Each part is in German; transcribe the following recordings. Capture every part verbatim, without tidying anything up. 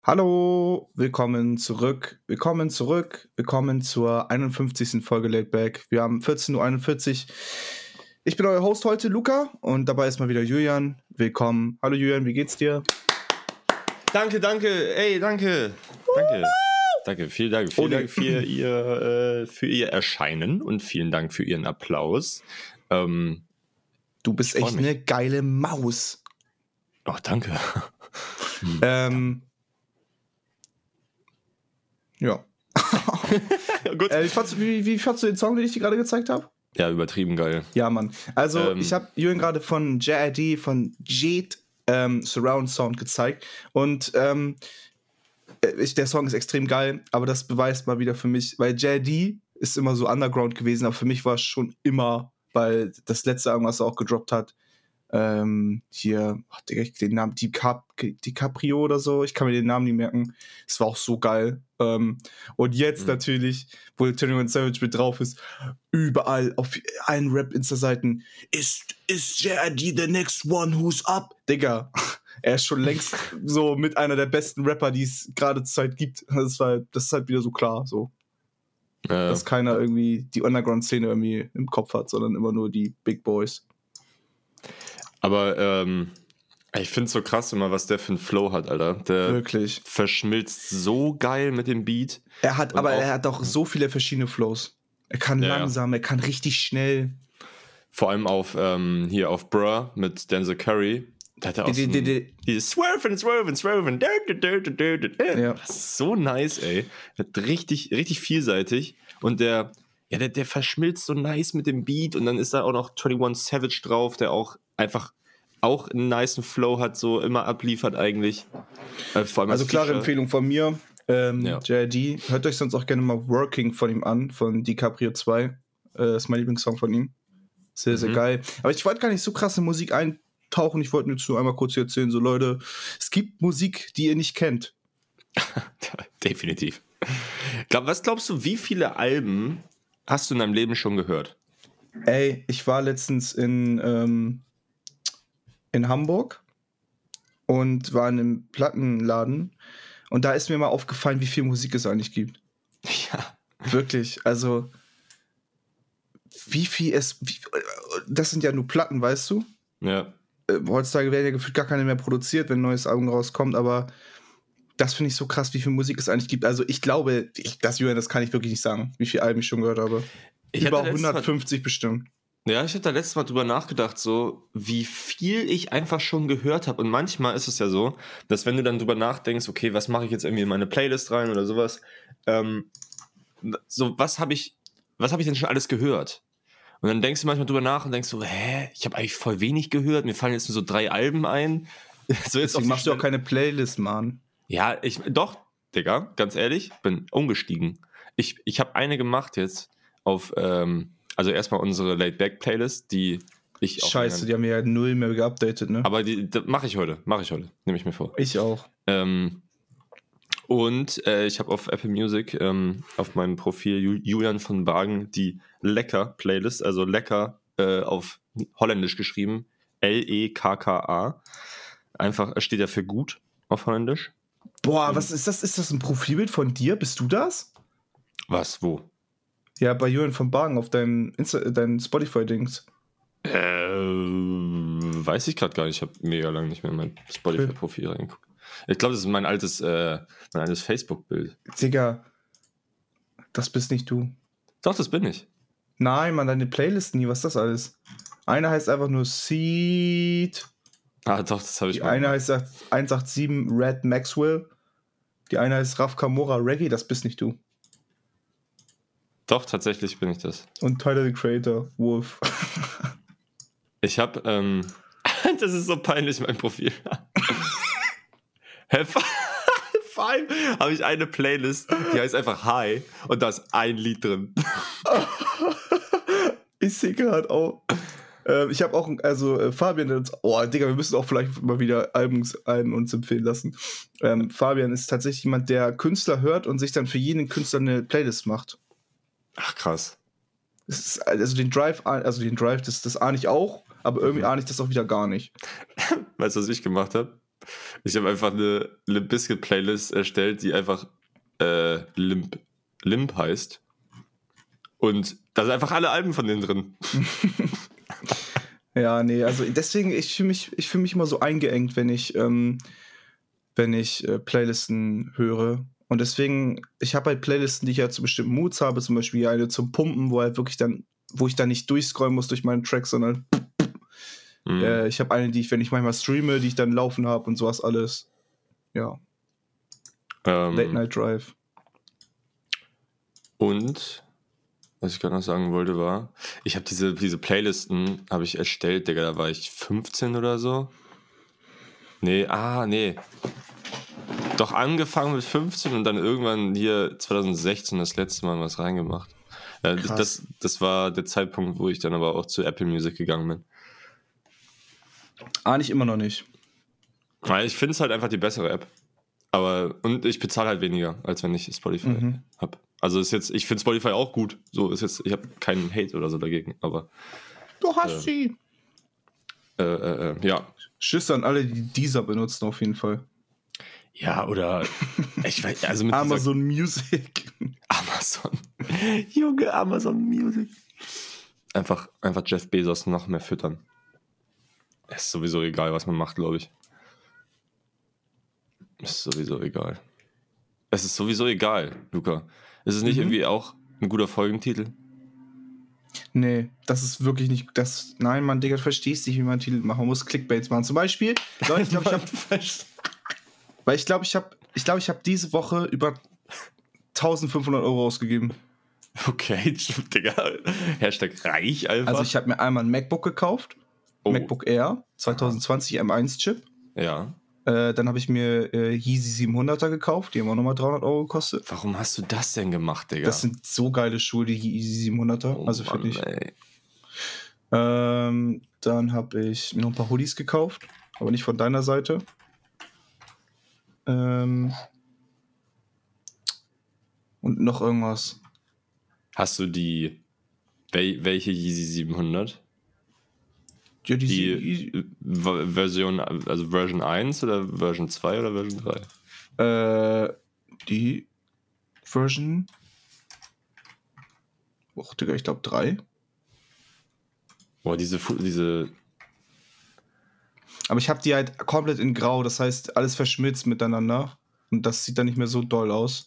Hallo, willkommen zurück, willkommen zurück, willkommen zur einundfünfzigsten Folge Late Back. Wir haben vierzehn Uhr einundvierzig. Ich bin euer Host heute, Luca, und dabei ist mal wieder Julian. Willkommen. Hallo Julian, wie geht's dir? Danke, danke, ey, danke, danke, danke, vielen Dank, vielen Oh, nee. Dank für ihr, äh, für ihr Erscheinen und vielen Dank für Ihren Applaus. Ähm, Du bist Ich freu echt mich. eine geile Maus. oh, danke. Ähm, ja. Gut. Äh, wie, fandst, du- wie, wie fandst du den Song, den ich dir gerade gezeigt habe? Ja, übertrieben geil. Ja, Mann. Also, Ähm. ich habe Julian gerade von J I D, von Jet ähm, Surround Sound gezeigt. Und ähm, ich, der Song ist extrem geil, aber das beweist mal wieder für mich, weil J I D ist immer so Underground gewesen, aber für mich war es schon immer, weil das letzte Album, was er auch gedroppt hat, ähm, hier, ach, Digga, ich den Namen, Dicap- DiCaprio oder so, ich kann mir den Namen nicht merken. Es war auch so geil. Ähm, und jetzt Mhm. natürlich, wo einundzwanzig Savage mit drauf ist, überall auf allen Rap-Insta-Seiten, ist, ist J I D the next one who's up? Digga, er ist schon längst so mit einer der besten Rapper, die es gerade zur Zeit gibt. Das, war, das ist halt wieder so klar, so. Äh, Dass keiner irgendwie die Underground-Szene irgendwie im Kopf hat, sondern immer nur die Big Boys. aber ähm, ich finde es so krass immer, was der für einen Flow hat, Alter. Der Wirklich. verschmilzt so geil mit dem Beat. Er hat, Und aber auch- er hat auch so viele verschiedene Flows. Er kann Ja, ja. langsam, er kann richtig schnell. Vor allem auf, ähm, hier auf Bruh mit Denzel Curry. Da hat er auch Die- so die- ein, die- dieses Swerven, Swerven, Swerven. Da, da, da, da, da, da. Ja. Das ist so nice, ey. Hat richtig, richtig vielseitig. Und der, ja, der, der verschmilzt so nice mit dem Beat. Und dann ist da auch noch einundzwanzig Savage drauf, der auch einfach auch einen nicen Flow hat, so immer abliefert eigentlich. Äh, vor allem Also als klare Feature. Empfehlung von mir. Ähm, Ja. J I D. Hört euch sonst auch gerne mal Working von ihm an, von DiCaprio zwei. Äh, ist mein Lieblingssong von ihm. Sehr, sehr Mhm. geil. Aber ich wollte gar nicht so krasse Musik eintauchen. Ich wollte nur zu einmal kurz hier erzählen, so Leute, es gibt Musik, die ihr nicht kennt. Definitiv. Glaub, was glaubst du, wie viele Alben hast du in deinem Leben schon gehört? Ey, ich war letztens in, ähm, in Hamburg und war in einem Plattenladen und da ist mir mal aufgefallen, wie viel Musik es eigentlich gibt. Ja. Wirklich, also wie viel es, wie, das sind ja nur Platten, weißt du? Ja. Äh, heutzutage werden ja gefühlt gar keine mehr produziert, wenn ein neues Album rauskommt, aber das finde ich so krass, wie viel Musik es eigentlich gibt. Also ich glaube, ich, das, Julian, das kann ich wirklich nicht sagen, wie viele Alben ich schon gehört habe. Ich Über hatte letztes Mal- hundertfünfzig bestimmt. Ja, ich habe da letztes Mal drüber nachgedacht, so wie viel ich einfach schon gehört habe. Und manchmal ist es ja so, dass wenn du dann drüber nachdenkst, okay, was mache ich jetzt irgendwie in meine Playlist rein oder sowas, ähm, so was habe ich, was habe ich denn schon alles gehört? Und dann denkst du manchmal drüber nach und denkst so, hä, ich habe eigentlich voll wenig gehört. Mir fallen jetzt nur so drei Alben ein. So jetzt auf Deswegen die machst du auch Schnelle- keine Playlist, Mann. Ja, ich, doch, Digga, ganz ehrlich, bin umgestiegen. Ich, ich habe eine gemacht jetzt auf, ähm, also erstmal unsere Laid-Back-Playlist, die ich auch... Scheiße, die haben ja null mehr geupdatet, ne? Aber die, die mache ich heute, mache ich heute, nehme ich mir vor. Ich auch. Ähm, und äh, ich habe auf Apple Music ähm, auf meinem Profil Ju- Julian von Wagen die Lecker-Playlist, also Lecker äh, auf Holländisch geschrieben, L E K K A. Einfach, es steht ja für gut auf Holländisch. Boah, Und- was ist das? Ist das ein Profilbild von dir? Bist du das? Was, wo? Ja, bei Julian von Bargen auf deinem, Insta- deinem Spotify-Dings. Äh, weiß ich gerade gar nicht. Ich habe mega lange nicht mehr in mein Spotify-Profil reingeguckt. Ich glaube, das ist mein altes, äh, mein altes Facebook-Bild. Digga, das bist nicht du. Doch, das bin ich. Nein, man, deine Playlist nie, was ist das alles? Eine heißt einfach nur Seed. Ah, doch, das habe ich Die mal eine gemacht. heißt eins acht sieben Red Maxwell. Die eine heißt Raf Kamora Reggae, das bist nicht du. Doch, tatsächlich bin ich das. Und Tyler the Creator, Wolf. Ich habe, ähm, das ist so peinlich, mein Profil. Hä, vor vor allem habe ich eine Playlist, die heißt einfach Hi und da ist ein Lied drin. Ich sehe gerade auch. Ähm, ich habe auch, also äh, Fabian, der uns, oh Digga, wir müssen auch vielleicht mal wieder Albums Alben uns empfehlen lassen. Ähm, Fabian ist tatsächlich jemand, der Künstler hört und sich dann für jeden Künstler eine Playlist macht. Ach, krass. Das ist, also den Drive, also den Drive, das, das ahne ich auch, aber irgendwie ahne ich das auch wieder gar nicht. Weißt du, was ich gemacht habe? Ich habe einfach eine Limp Bizkit Playlist erstellt, die einfach äh, Limp, Limp heißt. Und da sind einfach alle Alben von denen drin. Ja, nee, also deswegen, ich fühle mich, ich fühl mich immer so eingeengt, wenn ich, ähm, wenn ich äh, Playlisten höre. Und deswegen, ich habe halt Playlisten, die ich halt zu bestimmten Moods habe, zum Beispiel eine zum Pumpen, wo halt wirklich dann, wo ich dann nicht durchscrollen muss durch meinen Track, sondern Mhm. äh, ich habe eine, die ich, wenn ich manchmal streame, die ich dann laufen habe und sowas alles. Ja. Ähm, Late Night Drive. Und was ich gerade noch sagen wollte war, ich habe diese, diese Playlisten habe ich erstellt, Digga, da war ich fünfzehn oder so. Nee, ah, nee. Doch angefangen mit fünfzehn und dann irgendwann hier zwanzig sechzehn das letzte Mal was reingemacht. Äh, Krass. das, das war der Zeitpunkt, wo ich dann aber auch zu Apple Music gegangen bin. Ah, nicht immer noch nicht. Weil ich finde es halt einfach die bessere App. Aber, und ich bezahle halt weniger, als wenn ich Spotify Mhm. habe. Also ist jetzt, ich finde Spotify auch gut. So ist jetzt, ich habe keinen Hate oder so dagegen, aber Du hast Äh. sie. äh, äh, äh, ja. Tschüss an alle, die dieser benutzen, auf jeden Fall. Ja, oder ich weiß, also mit Amazon Music. dieser Amazon. Junge, Amazon Music. Einfach, einfach Jeff Bezos noch mehr füttern. Ist sowieso egal, was man macht, glaube ich. Ist sowieso egal. Es ist sowieso egal, Luca. Ist es nicht Mhm. irgendwie auch ein guter Folgentitel? Nee, das ist wirklich nicht. Das, nein, Mann, Digga, du verstehst nicht, wie man Titel machen. Man muss Clickbaits machen. Zum Beispiel, Leute, ich glaube, ich habe. Weil ich glaube, ich habe ich glaube, ich habe diese Woche über eintausendfünfhundert Euro ausgegeben. Okay, Digga. Hashtag reich einfach. Also ich habe mir einmal ein MacBook gekauft. Oh. MacBook Air zwanzig zwanzig M eins Chip. Ja. Äh, dann habe ich mir äh, Yeezy siebenhunderter gekauft. Die haben auch nochmal dreihundert Euro gekostet. Warum hast du das denn gemacht, Digga? Das sind so geile Schuhe, die Yeezy siebenhunderter. Oh, also Mann, finde ich. ey. Ähm, dann habe ich mir noch ein paar Hoodies gekauft. Aber nicht von deiner Seite. Ähm, und noch irgendwas. Hast du die. Wel welche Yeezy siebenhundert? Ja, die, Die die äh, Version, also Version eins oder Version zwei oder Version drei? Äh, die Version. Och, Digga, ich glaube drei. Boah, diese, Fu- diese. Aber ich habe die halt komplett in Grau, das heißt, alles verschmilzt miteinander. Und das sieht dann nicht mehr so doll aus.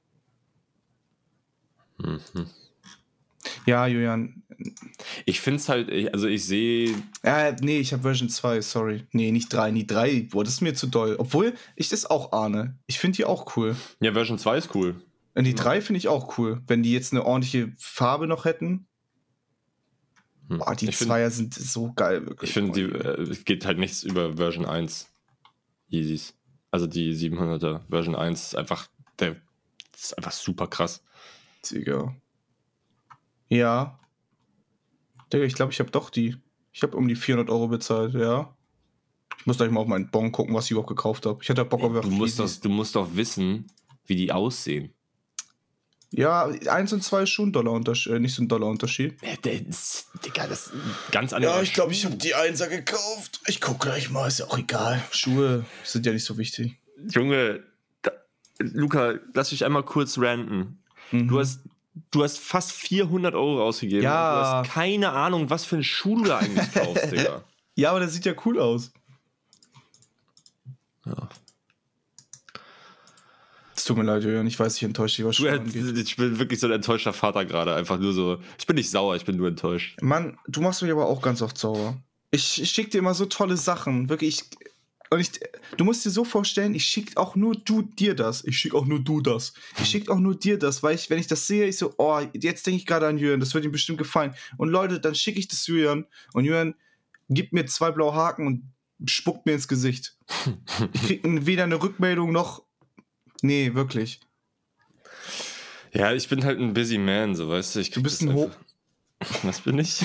Mhm. Ja, Julian. Ich finde es halt, ich- also ich sehe. Äh, nee, ich habe Version zwei, sorry. Nee, nicht drei, nie drei. Boah, das ist mir zu doll. Obwohl ich das auch ahne. Ich finde die auch cool. Ja, Version zwei ist cool. Und die drei finde ich auch cool. Wenn die jetzt eine ordentliche Farbe noch hätten. Hm. Boah, die ich find- Zweier sind so geil, wirklich. Ich finde, die, Boah, äh, es geht halt nichts über Version eins Yeezys. Also die siebenhunderter Version eins ist einfach, der ist einfach super krass. Digga. Ja. Digga, ich glaube, ich habe doch die. Ich habe um die vierhundert Euro bezahlt, ja. Ich muss gleich mal auf meinen Bon gucken, was ich überhaupt gekauft habe. Ich hatte Bock auf Du musst, Yeezys. das, du musst doch wissen, wie die aussehen. Ja, eins und zwei ist schon ein Dollar-Unterschied. Äh, nicht so ein Dollar-Unterschied. Ja, der ist, Digga, das ist ein ganz anderer Ja, ich glaube, ich Schuh. habe die Einser gekauft. Ich gucke gleich mal, ist ja auch egal. Schuhe sind ja nicht so wichtig. Junge, da, Luca, lass mich einmal kurz ranten. Mhm. Du hast, du hast fast vierhundert Euro ausgegeben. Ja. Und du hast keine Ahnung, was für einen Schuh du da eigentlich kaufst, Digga. Ja, aber der sieht ja cool aus. Ja. Es tut mir leid, Julian, ich weiß, ich enttäusche dich, was Du, Schuhe äh, angeht. ich bin wirklich so ein enttäuschter Vater gerade. Einfach nur so. Ich bin nicht sauer, ich bin nur enttäuscht. Mann, du machst mich aber auch ganz oft sauer. Ich, ich schicke dir immer so tolle Sachen, wirklich. Ich, und ich, du musst dir so vorstellen, ich schicke auch nur du dir das. Ich schicke auch nur du das. Ich schicke auch nur dir das, weil ich, wenn ich das sehe, ich so, oh, jetzt denke ich gerade an Julian, das wird ihm bestimmt gefallen. Und Leute, dann schicke ich das Julian und Julian gibt mir zwei blaue Haken und spuckt mir ins Gesicht. Ich kriege weder eine Rückmeldung noch. Nee, wirklich. Ja, ich bin halt ein busy man, so weißt du. Ich Du krieg bist das ein Ho. einfach- Was bin ich?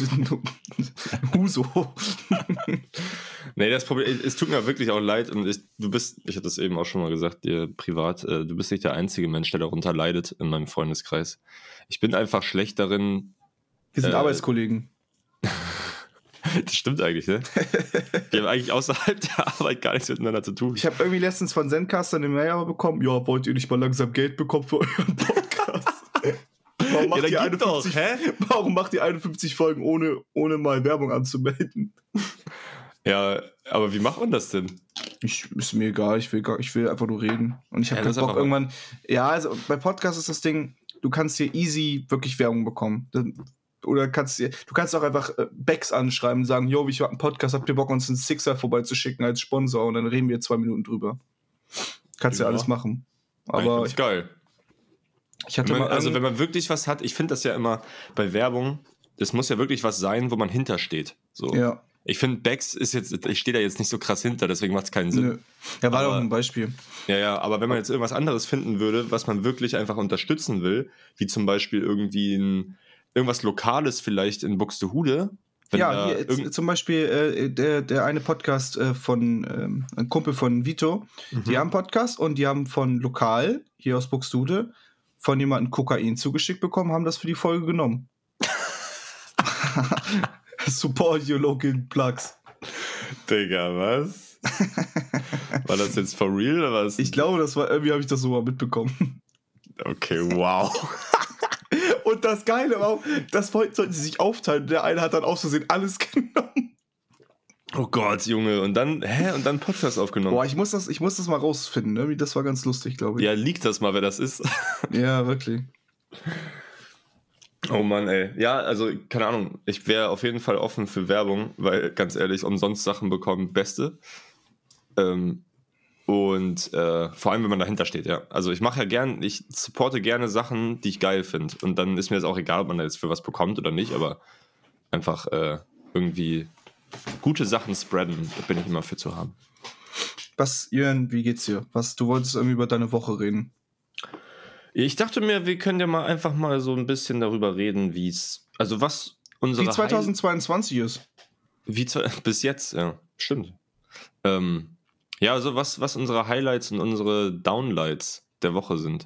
Huso. Nee, das Problem, es tut mir wirklich auch leid und ich, du bist, ich hatte das eben auch schon mal gesagt, dir privat, äh, du bist nicht der einzige Mensch, der darunter leidet in meinem Freundeskreis. Ich bin einfach schlecht darin. Wir sind Äh, Arbeitskollegen. Das stimmt eigentlich, ne? Wir haben eigentlich außerhalb der Arbeit gar nichts miteinander zu tun. Ich habe irgendwie letztens von Zencaster eine Mail bekommen, ja, wollt ihr nicht mal langsam Geld bekommen für euren Podcast? Warum macht, Ja, ihr dann gib doch, einundfünfzig, hä? warum macht ihr einundfünfzig Folgen, ohne, ohne mal Werbung anzumelden? Ja, aber wie macht man das denn? Ich, ist mir egal, ich will, gar, ich will einfach nur reden. Und ich habe Ja, keinen das ist Bock einfach- irgendwann. Ja, also bei Podcasts ist das Ding, du kannst hier easy wirklich Werbung bekommen. Dann- Oder kannst dir, du kannst auch einfach äh, Becks anschreiben und sagen, yo, ich hab einen Podcast, habt ihr Bock, uns einen Sixer vorbeizuschicken als Sponsor? Und dann reden wir zwei Minuten drüber. Kannst ja, Ja. alles machen. Aber Aber ich ich, geil. ich hatte Wenn man, mal. also irgend- wenn man wirklich was hat, ich finde das ja immer bei Werbung, das muss ja wirklich was sein, wo man hintersteht. So. ja, Ich finde, Becks ist jetzt, ich stehe da jetzt nicht so krass hinter, deswegen macht es keinen Sinn. nö. Ja, war Aber- doch ein Beispiel. Ja, ja, aber wenn man jetzt irgendwas anderes finden würde, was man wirklich einfach unterstützen will, wie zum Beispiel irgendwie ein, irgendwas Lokales vielleicht in Buxtehude. wenn Ja, da hier jetzt, irgend- zum Beispiel äh, der, der eine Podcast äh, von ähm, ein Kumpel von Vito, die Mhm. haben einen Podcast und die haben von lokal, hier aus Buxtehude, von jemandem Kokain zugeschickt bekommen, haben das für die Folge genommen. Support your local plugs. Digga, was? War das jetzt for real oder was? Ich glaube, das war, irgendwie habe ich das so mal mitbekommen. Okay, wow. Und das Geile war, auch, das wollten sollten sie sich aufteilen. Der eine hat dann aus Versehen alles genommen. Oh Gott, Junge. Und dann, hä? Und dann Podcast aufgenommen. Boah, ich muss das, ich muss das mal rausfinden. Irgendwie, das war ganz lustig, glaube ich. Ja, liegt das mal, wer das ist. Ja, wirklich. Oh Mann, ey. Ja, also, keine Ahnung. Ich wäre auf jeden Fall offen für Werbung, weil, ganz ehrlich, umsonst Sachen bekommen, beste. Ähm, und äh, vor allem, wenn man dahinter steht, ja. Also, ich mache ja gern, ich supporte gerne Sachen, die ich geil finde. Und dann ist mir das auch egal, ob man da jetzt für was bekommt oder nicht, aber einfach äh, irgendwie gute Sachen spreaden, da bin ich immer für zu haben. Was, Jörn, wie geht's dir? Was, du wolltest irgendwie über deine Woche reden. Ich dachte mir, wir können ja mal einfach mal so ein bisschen darüber reden, wie es, also was unsere Wie zweitausendzweiundzwanzig ist. Hi- wie zu, bis jetzt, ja, stimmt. Ähm, ja, also was, was unsere Highlights und unsere Downlights der Woche sind.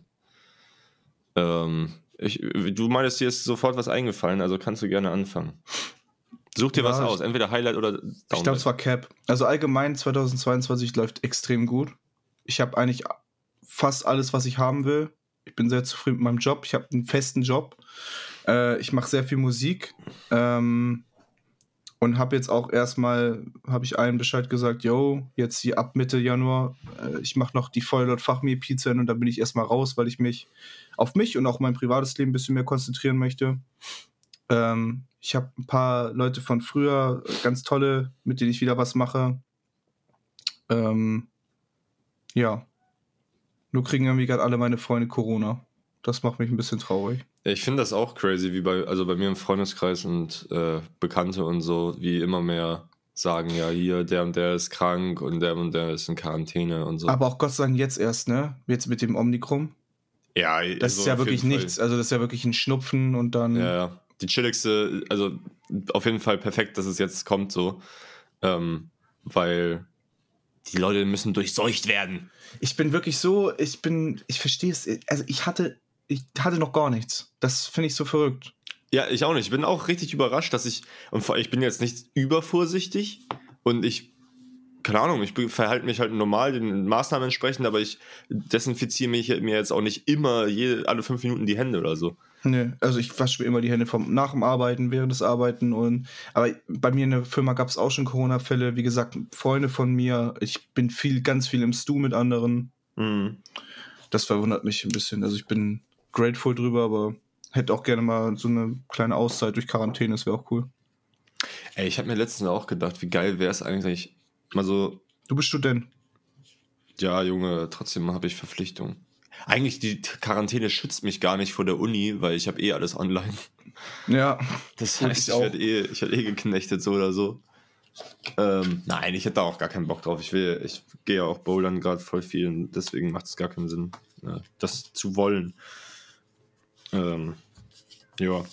Ähm, ich, du meinst, dir ist sofort was eingefallen, also kannst du gerne anfangen. Such dir Ja, was ich- aus, entweder Highlight oder Downlight. Ich glaube, es war Cap. Also allgemein zweitausendzweiundzwanzig läuft extrem gut. Ich habe eigentlich fast alles, was ich haben will. Ich bin sehr zufrieden mit meinem Job. Ich habe einen festen Job. Äh, ich mache sehr viel Musik. Ähm, und habe jetzt auch erstmal, habe ich allen Bescheid gesagt, yo, jetzt hier ab Mitte Januar, äh, ich mache noch die Feuerlord Fachmi Pizza und dann bin ich erstmal raus, weil ich mich auf mich und auch mein privates Leben ein bisschen mehr konzentrieren möchte. Ähm, ich habe ein paar Leute von früher, ganz tolle, mit denen ich wieder was mache. Ähm, ja. Nur kriegen irgendwie gerade alle meine Freunde Corona. Das macht mich ein bisschen traurig. Ich finde das auch crazy, wie bei, also bei mir im Freundeskreis und äh, Bekannte und so, wie immer mehr sagen, ja, hier, der und der ist krank und der und der ist in Quarantäne und so. Aber auch Gott sei Dank jetzt erst, ne? Jetzt mit dem Omikron. ja, Das also ist ja auf wirklich jeden Fall. nichts. Also das ist ja wirklich ein Schnupfen und dann... Ja, ja. Die chilligste, also auf jeden Fall perfekt, dass es jetzt kommt so, ähm, weil die Leute müssen durchseucht werden. Ich bin wirklich so, ich bin, ich verstehe es, also ich hatte, ich hatte noch gar nichts. Das finde ich so verrückt. Ja, ich auch nicht. Ich bin auch richtig überrascht, dass ich, und vor- ich bin jetzt nicht übervorsichtig und ich, keine Ahnung, ich verhalte mich halt normal den Maßnahmen entsprechend, aber ich desinfiziere mich mir jetzt auch nicht immer jede, alle fünf Minuten die Hände oder so. Nö, also ich wasche mir immer die Hände vom, nach dem Arbeiten, während des Arbeiten und, aber bei mir in der Firma gab es auch schon Corona-Fälle, wie gesagt, Freunde von mir, ich bin viel, ganz viel im Stu mit anderen. Mhm. Das verwundert mich ein bisschen, also ich bin grateful drüber, aber hätte auch gerne mal so eine kleine Auszeit durch Quarantäne, das wäre auch cool. Ey, ich habe mir letztens auch gedacht, wie geil wäre es eigentlich, mal so, Du bist Student. ja, Junge, trotzdem habe ich Verpflichtungen. Eigentlich, die Quarantäne schützt mich gar nicht vor der Uni, weil ich habe eh alles online. Ja, Das Gut, heißt, ich ich auch. werde eh, ich werd eh geknechtet, so oder so. Ähm, nein, ich hätte da auch gar keinen Bock drauf. Ich will, ich gehe ja auch bouldern gerade voll viel und deswegen macht es gar keinen Sinn, äh, das zu wollen. Ähm, ja.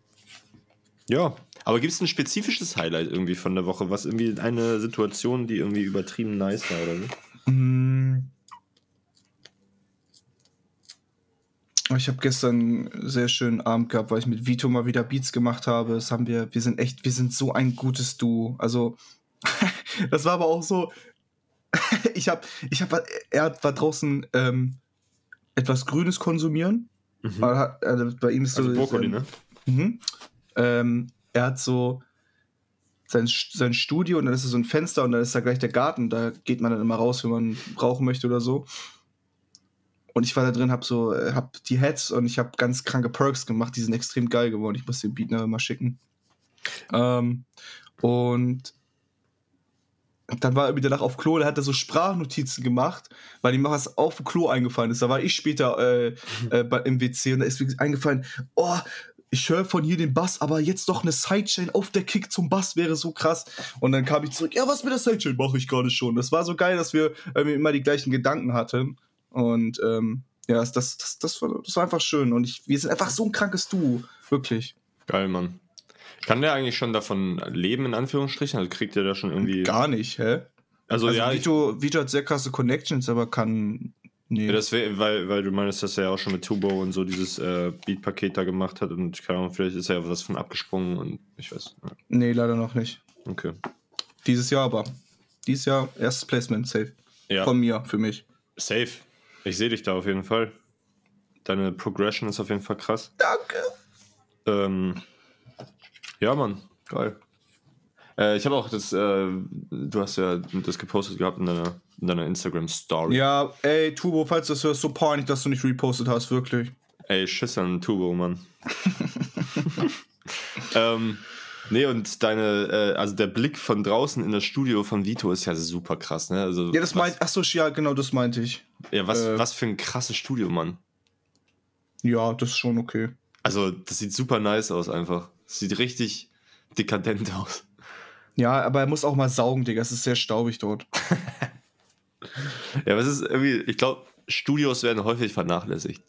Ja. Aber gibt es ein spezifisches Highlight irgendwie von der Woche, was irgendwie eine Situation, die irgendwie übertrieben nice war oder so? Mm. Ich habe gestern einen sehr schönen Abend gehabt, weil ich mit Vito mal wieder Beats gemacht habe. Das haben wir, wir sind echt, wir sind so ein gutes Duo. Also, das war aber auch so, ich habe, ich habe, er war draußen ähm, etwas Grünes konsumieren. Mhm. Er hat, also bei ihm ist so. Also Brokkoli, ähm, ne? Mhm. Ähm, er hat so sein, sein Studio und dann ist da so ein Fenster und dann ist da gleich der Garten. Da geht man dann immer raus, wenn man rauchen möchte oder so. Und ich war da drin, hab so, äh, hab die Heads und ich habe ganz kranke Perks gemacht, die sind extrem geil geworden. Ich muss den Beat nachher mal schicken. Ähm, und dann war er wieder nach auf Klo, da hat er so Sprachnotizen gemacht, weil ihm was auf dem Klo eingefallen ist. Da war ich später äh, äh, bei, im W C und da ist mir eingefallen, oh, ich höre von hier den Bass, aber jetzt doch eine Sidechain auf der Kick zum Bass wäre so krass. Und dann kam ich zurück, ja, was mit der Sidechain mache ich gerade schon. Das war so geil, dass wir äh, immer die gleichen Gedanken hatten. Und ähm, ja, das, das, das, das, war, das war einfach schön. Und ich, wir sind einfach so ein krankes Duo. Wirklich. Geil, Mann. Kann der eigentlich schon davon leben, in Anführungsstrichen? Also kriegt der da schon irgendwie... Gar nicht, hä? Also, Also ja, Vito, Vito hat sehr krasse Connections, aber kann... Nee. Ja, das wär, weil, weil du meinst, dass er ja auch schon mit Tubo und so dieses äh, Beat-Paket da gemacht hat und keine Ahnung, vielleicht ist er ja was von abgesprungen und ich weiß. Ja. Nee, leider noch nicht. Okay. Dieses Jahr aber. Dieses Jahr erstes Placement, safe. Ja. Von mir, für mich. Safe. Ich sehe dich da auf jeden Fall. Deine Progression ist auf jeden Fall krass. Danke. Ähm, ja, Mann. Geil. Äh, ich habe auch das, äh, du hast ja das gepostet gehabt in deiner, in deiner Instagram-Story. Ja, ey, Tubo, falls du das hörst, so peinlich, dass du nicht repostet hast, wirklich. Ey, Schiss an Tubo, Mann. ähm, nee, und deine, äh, also der Blick von draußen in das Studio von Vito ist ja super krass, ne? Also, Ja, das meint, achso, ja, genau, das meinte ich. Ja, was, äh, was für ein krasses Studio, Mann. Ja, das ist schon okay. Also, das sieht super nice aus einfach. Das sieht richtig dekadent aus. Ja, aber er muss auch mal saugen, Digga, es ist sehr staubig dort. Ja, aber es ist irgendwie, ich glaube, Studios werden häufig vernachlässigt.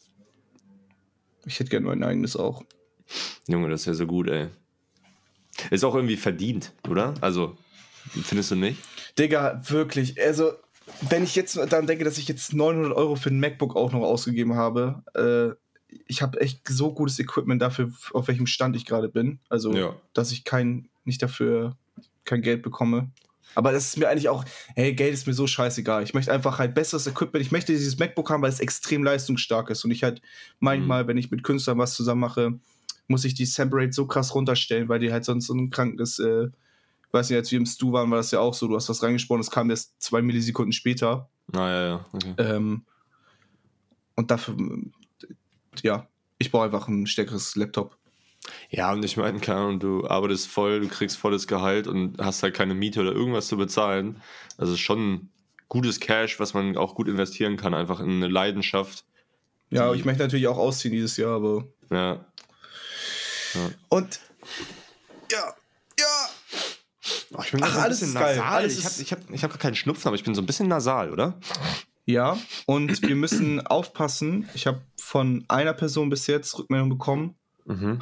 Ich hätte gerne mein eigenes auch. Junge, das ist ja so gut, ey. Ist auch irgendwie verdient, oder? Also, findest du nicht? Digga, wirklich, also, wenn ich jetzt dann denke, dass ich jetzt neunhundert Euro für ein MacBook auch noch ausgegeben habe, äh, ich habe echt so gutes Equipment dafür, auf welchem Stand ich gerade bin. Also, Ja. dass ich kein, nicht dafür kein Geld bekomme. Aber das ist mir eigentlich auch, hey, Geld ist mir so scheißegal. Ich möchte einfach halt besseres Equipment. Ich möchte dieses MacBook haben, weil es extrem leistungsstark ist. Und ich halt manchmal, mhm. wenn ich mit Künstlern was zusammen mache, muss ich die Sample Rate so krass runterstellen, weil die halt sonst so ein krankes, äh, weiß nicht, als wir im Stu waren, war das ja auch so. Du hast was reingesprochen, es kam erst zwei Millisekunden später. Ah, ja, ja. Okay. Ähm, und dafür, ja, ich brauche einfach ein stärkeres Laptop. Ja, und ich meine, keine Ahnung, du arbeitest voll, du kriegst volles Gehalt und hast halt keine Miete oder irgendwas zu bezahlen. Also schon gutes Cash, was man auch gut investieren kann, einfach in eine Leidenschaft. Ja, ich möchte natürlich auch ausziehen dieses Jahr, aber... Ja. ja. Und... Ja, ja... Oh, ich bin Ach, so ein alles bisschen ist nasal. Geil. Alles ich habe ich hab, ich hab gar keinen Schnupfen, aber ich bin so ein bisschen nasal, oder? Ja, und wir müssen aufpassen. Ich habe von einer Person bis jetzt Rückmeldung bekommen. Mhm.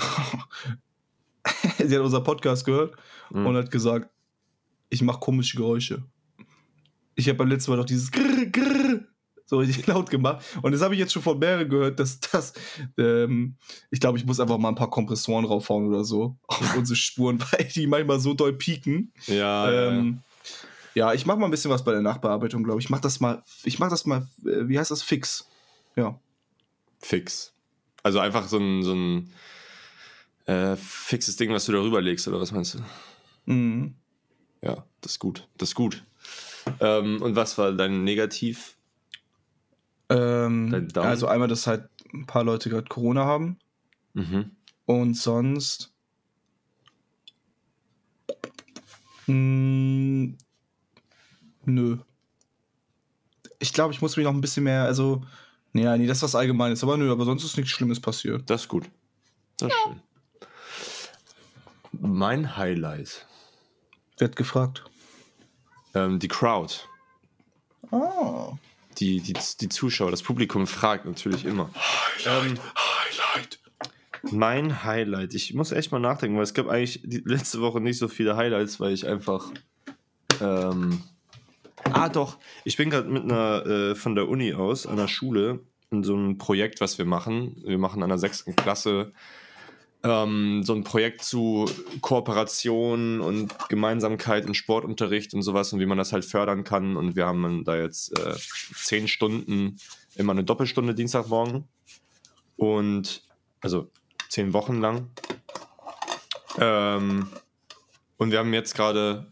Sie hat unser Podcast gehört mhm. und hat gesagt, ich mache komische Geräusche. Ich habe beim letzten Mal doch dieses Grrr, Grrr so richtig laut gemacht. Und das habe ich jetzt schon von mehreren gehört, dass das, ähm, ich glaube, ich muss einfach mal ein paar Kompressoren raufhauen oder so auf unsere Spuren, weil die manchmal so doll pieken. Ja, ähm, ja. ja, ich mache mal ein bisschen was bei der Nachbearbeitung, glaube ich. Ich mache das mal, ich mache das mal, wie heißt das? Fix. Ja. Fix. Also einfach so ein, so ein äh, fixes Ding, was du darüber legst, oder was meinst du? Mhm. Ja, das ist gut. Das ist gut. Ähm, und was war dein Negativ? Ähm, dein also einmal, dass halt ein paar Leute gerade Corona haben. Mhm. Und sonst mh, nö. Ich glaube, ich muss mich noch ein bisschen mehr, also ja, nee, das ist was Allgemeines, aber nö, aber sonst ist nichts Schlimmes passiert. Das ist gut. Das ist ja. schön. Mein Highlight. Wird gefragt. Ähm, die Crowd. Oh. Die, die, die Zuschauer, das Publikum fragt natürlich immer. Highlight, ähm, Highlight. Mein Highlight. Ich muss echt mal nachdenken, weil es gab eigentlich die letzte Woche nicht so viele Highlights, weil ich einfach... Ähm, ah, doch. Ich bin gerade mit einer äh, von der Uni aus, an der Schule, in so ein Projekt, was wir machen. Wir machen an der sechsten Klasse ähm, so ein Projekt zu Kooperation und Gemeinsamkeit in Sportunterricht und sowas und wie man das halt fördern kann. Und wir haben da jetzt äh, zehn Stunden, immer eine Doppelstunde Dienstagmorgen und also zehn Wochen lang. Ähm, und wir haben jetzt gerade,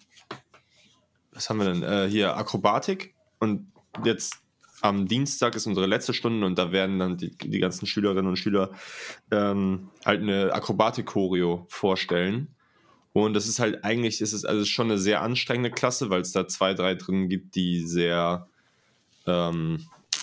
was haben wir denn? Äh, hier Akrobatik und jetzt am Dienstag ist unsere letzte Stunde und da werden dann die, die ganzen Schülerinnen und Schüler ähm, halt eine Akrobatik-Choreo vorstellen. Und das ist halt eigentlich, ist es also schon eine sehr anstrengende Klasse, weil es da zwei, drei drin gibt, die sehr, ähm,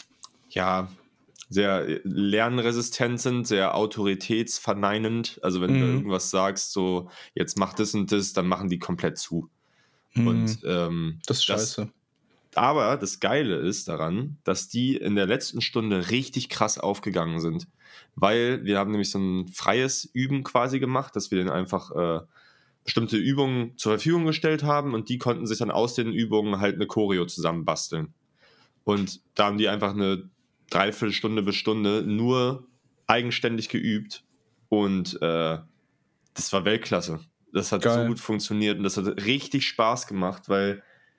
ja, sehr lernresistent sind, sehr autoritätsverneinend. Also wenn mhm. du irgendwas sagst, so jetzt mach das und das, dann machen die komplett zu. Mhm. Und ähm, das ist scheiße. Das, aber das Geile ist daran, dass die in der letzten Stunde richtig krass aufgegangen sind. Weil wir haben nämlich so ein freies Üben quasi gemacht, dass wir denen einfach äh, bestimmte Übungen zur Verfügung gestellt haben und die konnten sich dann aus den Übungen halt eine Choreo zusammenbasteln. Und da haben die einfach eine Dreiviertelstunde bis Stunde nur eigenständig geübt und äh, das war Weltklasse. Das hat Geil. so gut funktioniert und das hat richtig Spaß gemacht, weil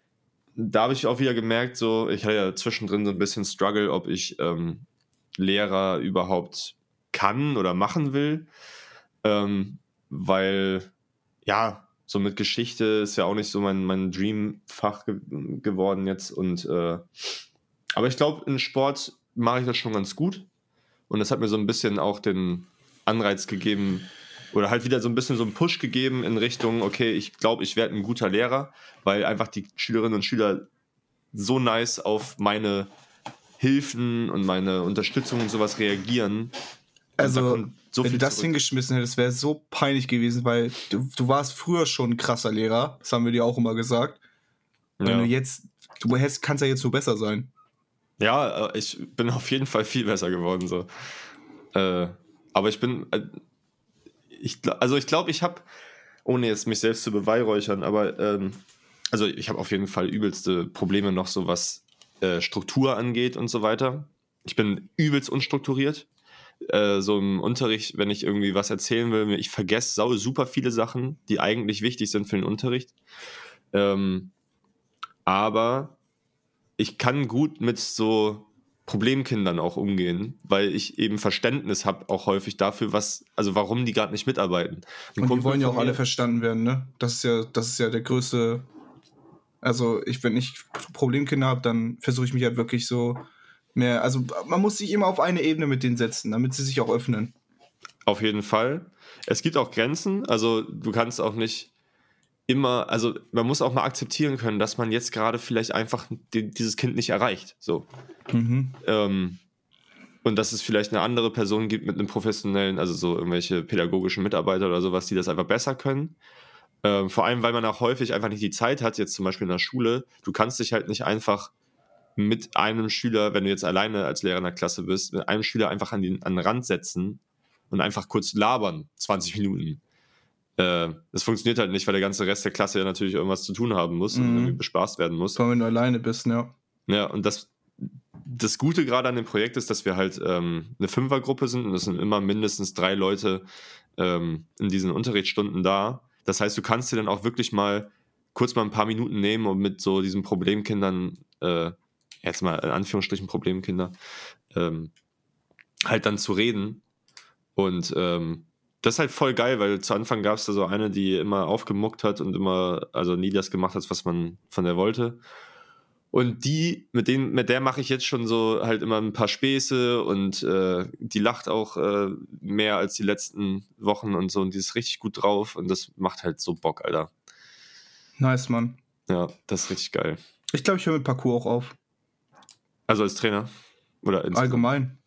da habe ich auch wieder gemerkt, so ich hatte ja zwischendrin so ein bisschen Struggle, ob ich ähm, Lehrer überhaupt kann oder machen will, ähm, weil ja, so mit Geschichte ist ja auch nicht so mein, mein Dream-Fach ge- geworden jetzt und äh, aber ich glaube, in Sport mache ich das schon ganz gut und das hat mir so ein bisschen auch den Anreiz gegeben oder halt wieder so ein bisschen so einen Push gegeben in Richtung, okay, ich glaube, ich werde ein guter Lehrer, weil einfach die Schülerinnen und Schüler so nice auf meine Hilfen und meine Unterstützung und sowas reagieren. Also, so wenn du das zurück. hingeschmissen hättest, wäre es so peinlich gewesen, weil du, du warst früher schon ein krasser Lehrer, das haben wir dir auch immer gesagt. Ja. Wenn du jetzt, du hast, kannst ja jetzt nur besser sein. Ja, ich bin auf jeden Fall viel besser geworden. So. Äh, aber ich bin, äh, ich, also ich glaube, ich habe, ohne jetzt mich selbst zu beweihräuchern, aber ähm, also ich habe auf jeden Fall übelste Probleme noch so, was äh, Struktur angeht und so weiter. Ich bin übelst unstrukturiert. Äh, so im Unterricht, wenn ich irgendwie was erzählen will, ich vergesse sau super viele Sachen, die eigentlich wichtig sind für den Unterricht. Ähm, aber ich kann gut mit so Problemkindern auch umgehen, weil ich eben Verständnis habe auch häufig dafür, was, also warum die gerade nicht mitarbeiten. Ein und die wollen ja auch alle verstanden werden, ne? Das ist ja, das ist ja der größte, also ich, wenn ich Problemkinder habe, dann versuche ich mich halt wirklich so mehr, also man muss sich immer auf eine Ebene mit denen setzen, damit sie sich auch öffnen. Auf jeden Fall. Es gibt auch Grenzen, also du kannst auch nicht immer, also man muss auch mal akzeptieren können, dass man jetzt gerade vielleicht einfach die, dieses Kind nicht erreicht. So. Mhm. Ähm, und dass es vielleicht eine andere Person gibt mit einem professionellen, also so irgendwelche pädagogischen Mitarbeiter oder sowas, die das einfach besser können. Ähm, vor allem, weil man auch häufig einfach nicht die Zeit hat, jetzt zum Beispiel in der Schule. Du kannst dich halt nicht einfach mit einem Schüler, wenn du jetzt alleine als Lehrer in der Klasse bist, mit einem Schüler einfach an den, an den Rand setzen und einfach kurz labern, zwanzig Minuten. Das funktioniert halt nicht, weil der ganze Rest der Klasse ja natürlich irgendwas zu tun haben muss mhm. und irgendwie bespaßt werden muss. Vor allem, wenn du alleine bist, ja. Ja, und das, das Gute gerade an dem Projekt ist, dass wir halt ähm, eine Fünfergruppe sind und es sind immer mindestens drei Leute ähm, in diesen Unterrichtsstunden da. Das heißt, du kannst dir dann auch wirklich mal kurz mal ein paar Minuten nehmen, um mit so diesen Problemkindern, äh, jetzt mal in Anführungsstrichen Problemkinder, ähm, halt dann zu reden und ähm, das ist halt voll geil, weil zu Anfang gab es da so eine, die immer aufgemuckt hat und immer, also nie das gemacht hat, was man von der wollte. Und die, mit denen, mit der mache ich jetzt schon so halt immer ein paar Späße und äh, die lacht auch äh, mehr als die letzten Wochen und so und die ist richtig gut drauf und das macht halt so Bock, Alter. Nice, Mann. Ja, das ist richtig geil. Ich glaube, ich höre mit Parkour auch auf. Also als Trainer? Oder allgemein?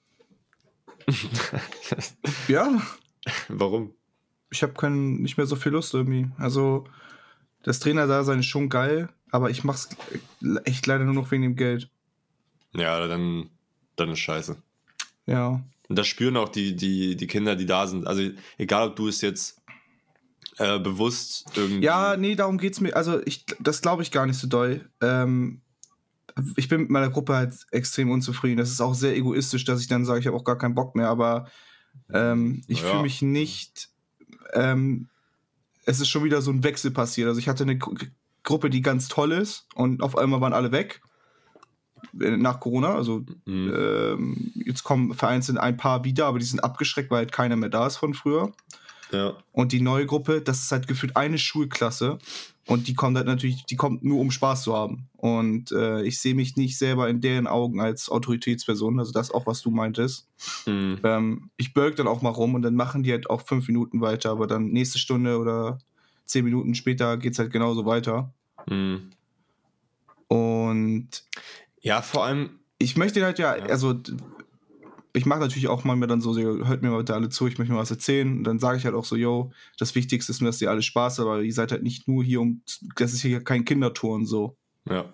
Ja. Warum? Ich habe kein, nicht mehr so viel Lust irgendwie. Also das Trainerdasein ist schon geil, aber ich mach's echt leider nur noch wegen dem Geld. Ja, dann, dann ist scheiße. Ja. Und das spüren auch die, die, die Kinder, die da sind. Also egal, ob du es jetzt äh, bewusst irgendwie... Ja, nee, darum geht's mir. Also ich, das glaube ich gar nicht so doll. Ähm, ich bin mit meiner Gruppe halt extrem unzufrieden. Das ist auch sehr egoistisch, dass ich dann sage, ich habe auch gar keinen Bock mehr, aber ähm, ich Ja. fühle mich nicht, ähm, es ist schon wieder so ein Wechsel passiert. Also ich hatte eine Gru- Gruppe, die ganz toll ist und auf einmal waren alle weg äh, nach Corona. Also Mhm. ähm, jetzt kommen vereinzelt ein paar wieder, aber die sind abgeschreckt, weil halt keiner mehr da ist von früher. Ja. Und die neue Gruppe, das ist halt gefühlt eine Schulklasse und die kommt halt natürlich, die kommt nur um Spaß zu haben. Und äh, ich sehe mich nicht selber in deren Augen als Autoritätsperson, also das auch, was du meintest. Mhm. Ähm, ich bölk dann auch mal rum und dann machen die halt auch fünf Minuten weiter, aber dann nächste Stunde oder zehn Minuten später geht's halt genauso weiter. Mhm. Und Ja, vor allem. ich möchte halt ja, Ja. also d- ich mache natürlich auch mal mir dann so, so, hört mir mal bitte alle zu, ich möchte mal was erzählen. Und dann sage ich halt auch so, yo, das Wichtigste ist mir, dass ihr alle Spaß habt, aber ihr seid halt nicht nur hier, um, das ist hier kein Kinderturnen so. Ja.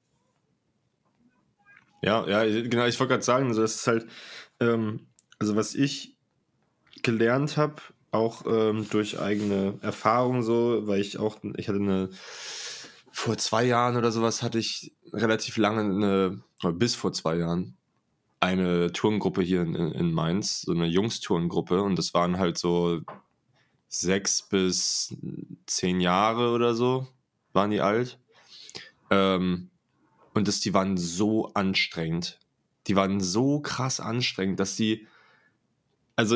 Ja, ja, genau, ich wollte gerade sagen, also das ist halt, ähm, also was ich gelernt habe, auch ähm, durch eigene Erfahrung so, weil ich auch, ich hatte eine, vor zwei Jahren oder sowas hatte ich relativ lange eine, oder bis vor zwei Jahren, eine Turngruppe hier in, in Mainz, so eine Jungs-Turngruppe und das waren halt so sechs bis zehn Jahre oder so, waren die alt. Ähm, und das, die waren so anstrengend. Die waren so krass anstrengend, dass die, also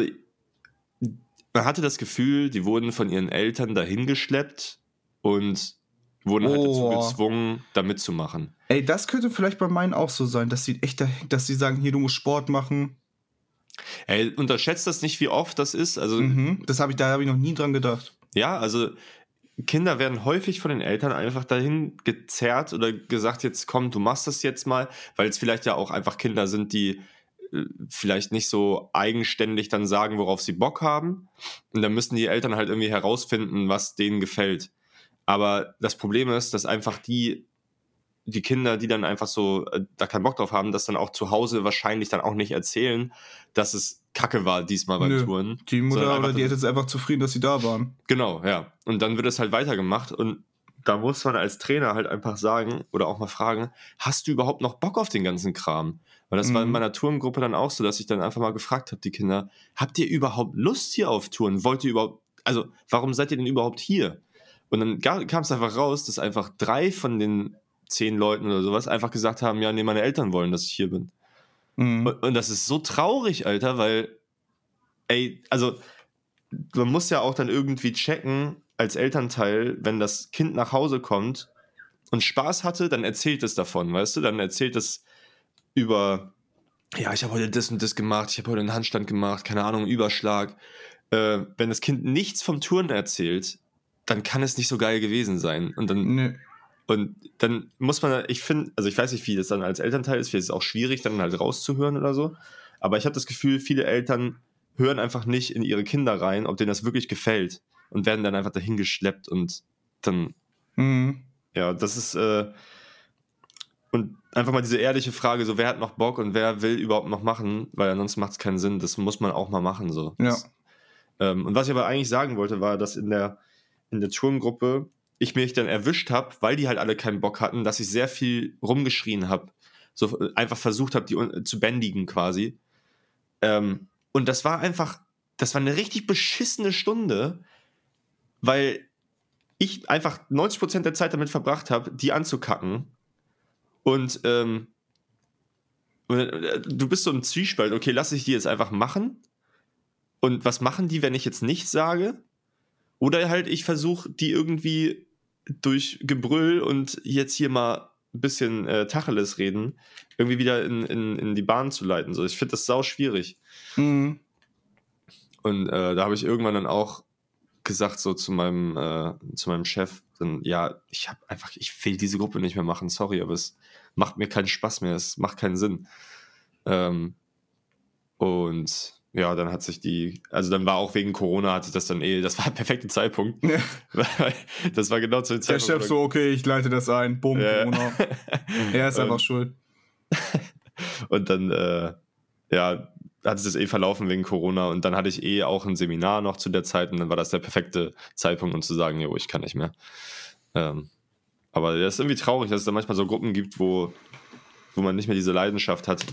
man hatte das Gefühl, die wurden von ihren Eltern dahin geschleppt und wurden halt dazu Oh. gezwungen, da mitzumachen. Ey, das könnte vielleicht bei meinen auch so sein, dass sie echt, da, dass sie sagen, hier, du musst Sport machen. Ey, unterschätzt das nicht, wie oft das ist. Also, Mhm, das habe ich, da habe ich noch nie dran gedacht. ja, also Kinder werden häufig von den Eltern einfach dahin gezerrt oder gesagt, jetzt komm, du machst das jetzt mal, weil es vielleicht ja auch einfach Kinder sind, die äh, vielleicht nicht so eigenständig dann sagen, worauf sie Bock haben. Und dann müssen die Eltern halt irgendwie herausfinden, was denen gefällt. Aber das Problem ist, dass einfach die, die Kinder, die dann einfach so äh, da keinen Bock drauf haben, das dann auch zu Hause wahrscheinlich dann auch nicht erzählen, dass es Kacke war diesmal beim Nö, Touren. die sondern Mutter einfach oder die dann- Eltern sind einfach zufrieden, dass sie da waren. Genau, ja. Und dann wird es halt weitergemacht und da muss man als Trainer halt einfach sagen oder auch mal fragen, hast du überhaupt noch Bock auf den ganzen Kram? Weil das war in Mhm. meiner Turngruppe dann auch so, dass ich dann einfach mal gefragt habe, die Kinder, habt ihr überhaupt Lust hier auf Touren? Wollt ihr überhaupt, also warum seid ihr denn überhaupt hier? Und dann kam es einfach raus, dass einfach drei von den zehn Leuten oder sowas einfach gesagt haben, ja, nee, meine Eltern wollen, dass ich hier bin. Mhm. Und, und das ist so traurig, Alter, weil, ey, also man muss ja auch dann irgendwie checken, als Elternteil, wenn das Kind nach Hause kommt und Spaß hatte, dann erzählt es davon, weißt du? Dann erzählt es über, ja, ich habe heute das und das gemacht, ich habe heute einen Handstand gemacht, keine Ahnung, einen Überschlag. Äh, wenn das Kind nichts vom Turnen erzählt, dann kann es nicht so geil gewesen sein. Und dann, Nö. und dann muss man, ich finde, also ich weiß nicht, wie das dann als Elternteil ist, vielleicht ist es auch schwierig, dann halt rauszuhören oder so. Aber ich habe das Gefühl, viele Eltern hören einfach nicht in ihre Kinder rein, ob denen das wirklich gefällt und werden dann einfach dahin geschleppt und dann, Mhm. ja, das ist, äh, und einfach mal diese ehrliche Frage, so wer hat noch Bock und wer will überhaupt noch machen, weil ansonsten macht es keinen Sinn, das muss man auch mal machen, so. Ja. Das, ähm, und was ich aber eigentlich sagen wollte, war, dass in der, in der Turngruppe ich mich dann erwischt habe, weil die halt alle keinen Bock hatten, dass ich sehr viel rumgeschrien habe, so äh, einfach versucht habe, die un- zu bändigen quasi. Ähm, und das war einfach, das war eine richtig beschissene Stunde, weil ich einfach neunzig Prozent der Zeit damit verbracht habe, die anzukacken. Und, ähm, und äh, du bist so im Zwiespalt, okay, lass ich die jetzt einfach machen? Und was machen die, wenn ich jetzt nichts sage? Oder halt, ich versuche die irgendwie durch Gebrüll und jetzt hier mal ein bisschen äh, Tacheles reden, irgendwie wieder in, in, in die Bahn zu leiten. So, ich finde das sau schwierig. Mhm. Und äh, da habe ich irgendwann dann auch gesagt, so zu meinem, äh, zu meinem Chef, dann, ja, ich habe einfach, ich will diese Gruppe nicht mehr machen, sorry, aber es macht mir keinen Spaß mehr, es macht keinen Sinn. Ähm, und ja, dann hat sich die, also dann war auch wegen Corona, hatte das dann eh, das war der perfekte Zeitpunkt. Ja. Das war genau zu dem Der Zeitpunkt. Chef so, okay, ich leite das ein. Bumm, Ja. Corona. Er ist einfach Und- schuld. Und dann, äh, ja, hat sich das eh verlaufen wegen Corona und dann hatte ich eh auch ein Seminar noch zu der Zeit und dann war das der perfekte Zeitpunkt, um zu sagen, jo, ich kann nicht mehr. Ähm, aber das ist irgendwie traurig, dass es da manchmal so Gruppen gibt, wo wo man nicht mehr diese Leidenschaft hat.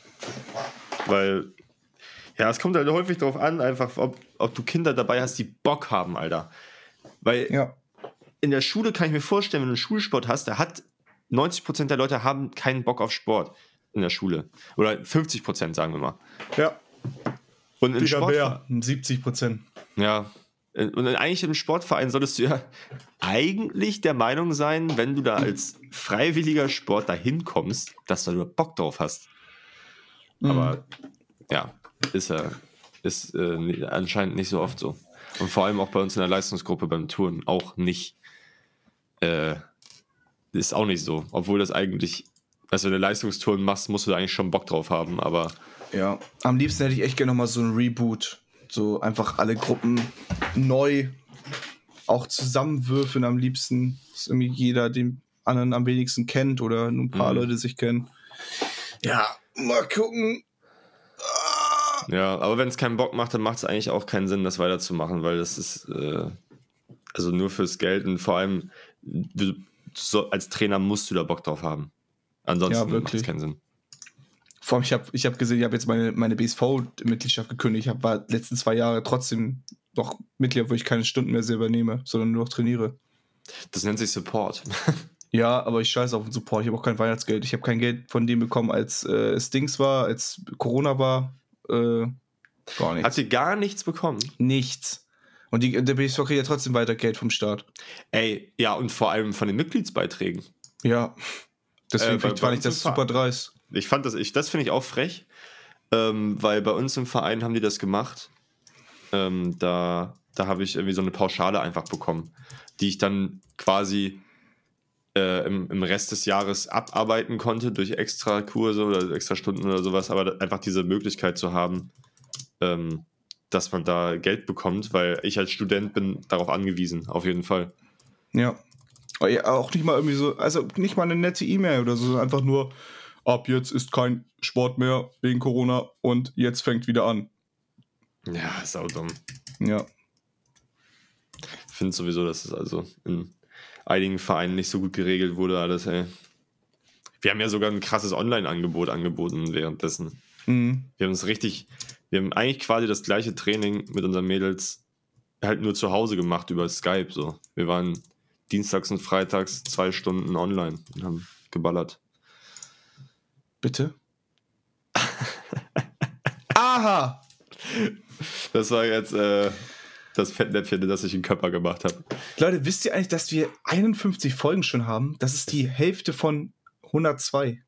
Weil, ja, es kommt halt häufig darauf an, einfach, ob, ob du Kinder dabei hast, die Bock haben, Alter. Weil Ja. in der Schule kann ich mir vorstellen, wenn du einen Schulsport hast, da hat neunzig Prozent der Leute haben keinen Bock auf Sport in der Schule. Oder fünfzig Prozent, sagen wir mal. Ja. Und im Digga, Sport, mehr. siebzig Prozent. ja. Und eigentlich im Sportverein solltest du ja eigentlich der Meinung sein, wenn du da als freiwilliger Sport dahin kommst, dass du da Bock drauf hast. Mhm. Aber ja, ist ja ist äh, anscheinend nicht so oft so. Und vor allem auch bei uns in der Leistungsgruppe beim Touren auch nicht. Äh, ist auch nicht so. Obwohl das eigentlich, also wenn du Leistungstouren machst, musst du da eigentlich schon Bock drauf haben, aber Ja, am liebsten hätte ich echt gerne nochmal so ein Reboot. So einfach alle Gruppen neu auch zusammenwürfeln am liebsten. Dass irgendwie jeder den anderen am wenigsten kennt oder nur ein paar Mhm. Leute sich kennen. Ja, mal gucken. ja, aber wenn es keinen Bock macht, dann macht es eigentlich auch keinen Sinn, das weiterzumachen, weil das ist äh, also nur fürs Geld und vor allem du, so, als Trainer musst du da Bock drauf haben. Ansonsten Ja, macht wirklich. es keinen Sinn. Vor allem, ich habe ich hab gesehen, ich habe jetzt meine, meine B S V-Mitgliedschaft gekündigt. Ich hab, war die letzten zwei Jahre trotzdem noch Mitglied, wo ich keine Stunden mehr selber nehme, sondern nur noch trainiere. Das nennt sich Support. Ja, aber ich scheiße auf den Support. Ich habe auch kein Weihnachtsgeld. Ich habe kein Geld von dem bekommen, als äh, es Dings war, als Corona war. Äh, gar nichts. Habt ihr gar nichts bekommen? Nichts. Und die, der B S V kriegt ja trotzdem weiter Geld vom Staat. Ey, ja, und vor allem von den Mitgliedsbeiträgen. Ja. Deswegen Äh, bei- fand bei ich uns im das super Verein- dreist. Ich fand das, ich, das finde ich auch frech, ähm, weil bei uns im Verein haben die das gemacht. Ähm, da da habe ich irgendwie so eine Pauschale einfach bekommen, die ich dann quasi äh, im, im Rest des Jahres abarbeiten konnte durch extra Kurse oder extra Stunden oder sowas, aber da, einfach diese Möglichkeit zu haben, ähm, dass man da Geld bekommt, weil ich als Student bin darauf angewiesen, auf jeden Fall. Ja. Aber ja, auch nicht mal irgendwie so, also nicht mal eine nette E-Mail oder so, sondern einfach nur, ab jetzt ist kein Sport mehr wegen Corona und jetzt fängt wieder an. Ja, ist auch dumm. Ja. Ich finde sowieso, dass es also in einigen Vereinen nicht so gut geregelt wurde alles, ey. Wir haben ja sogar ein krasses Online-Angebot angeboten währenddessen. Mhm. Wir haben es richtig, wir haben eigentlich quasi das gleiche Training mit unseren Mädels halt nur zu Hause gemacht über Skype, so. Wir waren dienstags und freitags zwei Stunden online und haben geballert. Bitte? Aha! Das war jetzt äh, das Fettnäpfchen, das ich in Körper gemacht habe. Leute, wisst ihr eigentlich, dass wir einundfünfzig Folgen schon haben? Das ist die Hälfte von hundertzwei.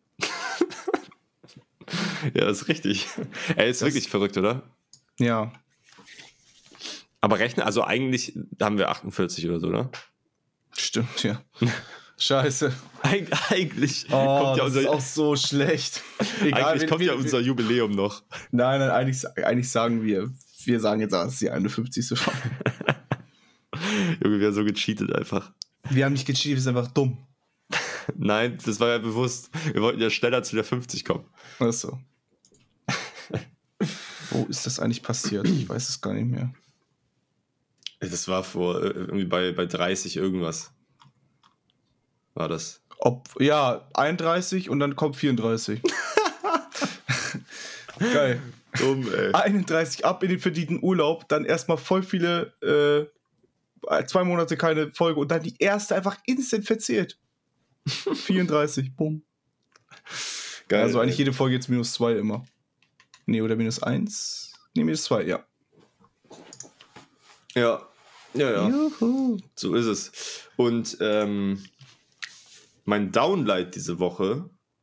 Ja, das ist richtig. Ey, ist Das- wirklich verrückt, oder? Ja. Aber rechnen, also eigentlich haben wir achtundvierzig oder so, oder? Stimmt, ja. Scheiße. Eig eigentlich Oh, kommt ja das unser, ist auch so schlecht. Egal, eigentlich wir- kommt wir- ja unser Jubiläum noch. Nein, nein, eigentlich, eigentlich sagen wir, wir sagen jetzt, das ist die einundfünfzigste Folge. Junge, wir haben so gecheatet einfach. Wir haben nicht gecheatet, wir sind einfach dumm. Nein, das war ja bewusst. Wir wollten ja schneller zu der fünfzig kommen. Achso. Wo ist das eigentlich passiert? Ich weiß es gar nicht mehr. Das war vor äh, irgendwie bei, bei dreißig irgendwas. War das. Ob, ja, einunddreißig und dann kommt vierunddreißig. Geil. Dumm, ey. einunddreißig ab in den verdienten Urlaub, dann erstmal voll viele, äh, zwei Monate keine Folge und dann die erste einfach instant verzählt. vierunddreißig, bumm. Geil. Also eigentlich ey. jede Folge jetzt minus zwei immer. Nee, oder minus eins? Nee, minus zwei, ja. Ja. Ja, ja. Juhu. So ist es. Und ähm, mein Downlight diese Woche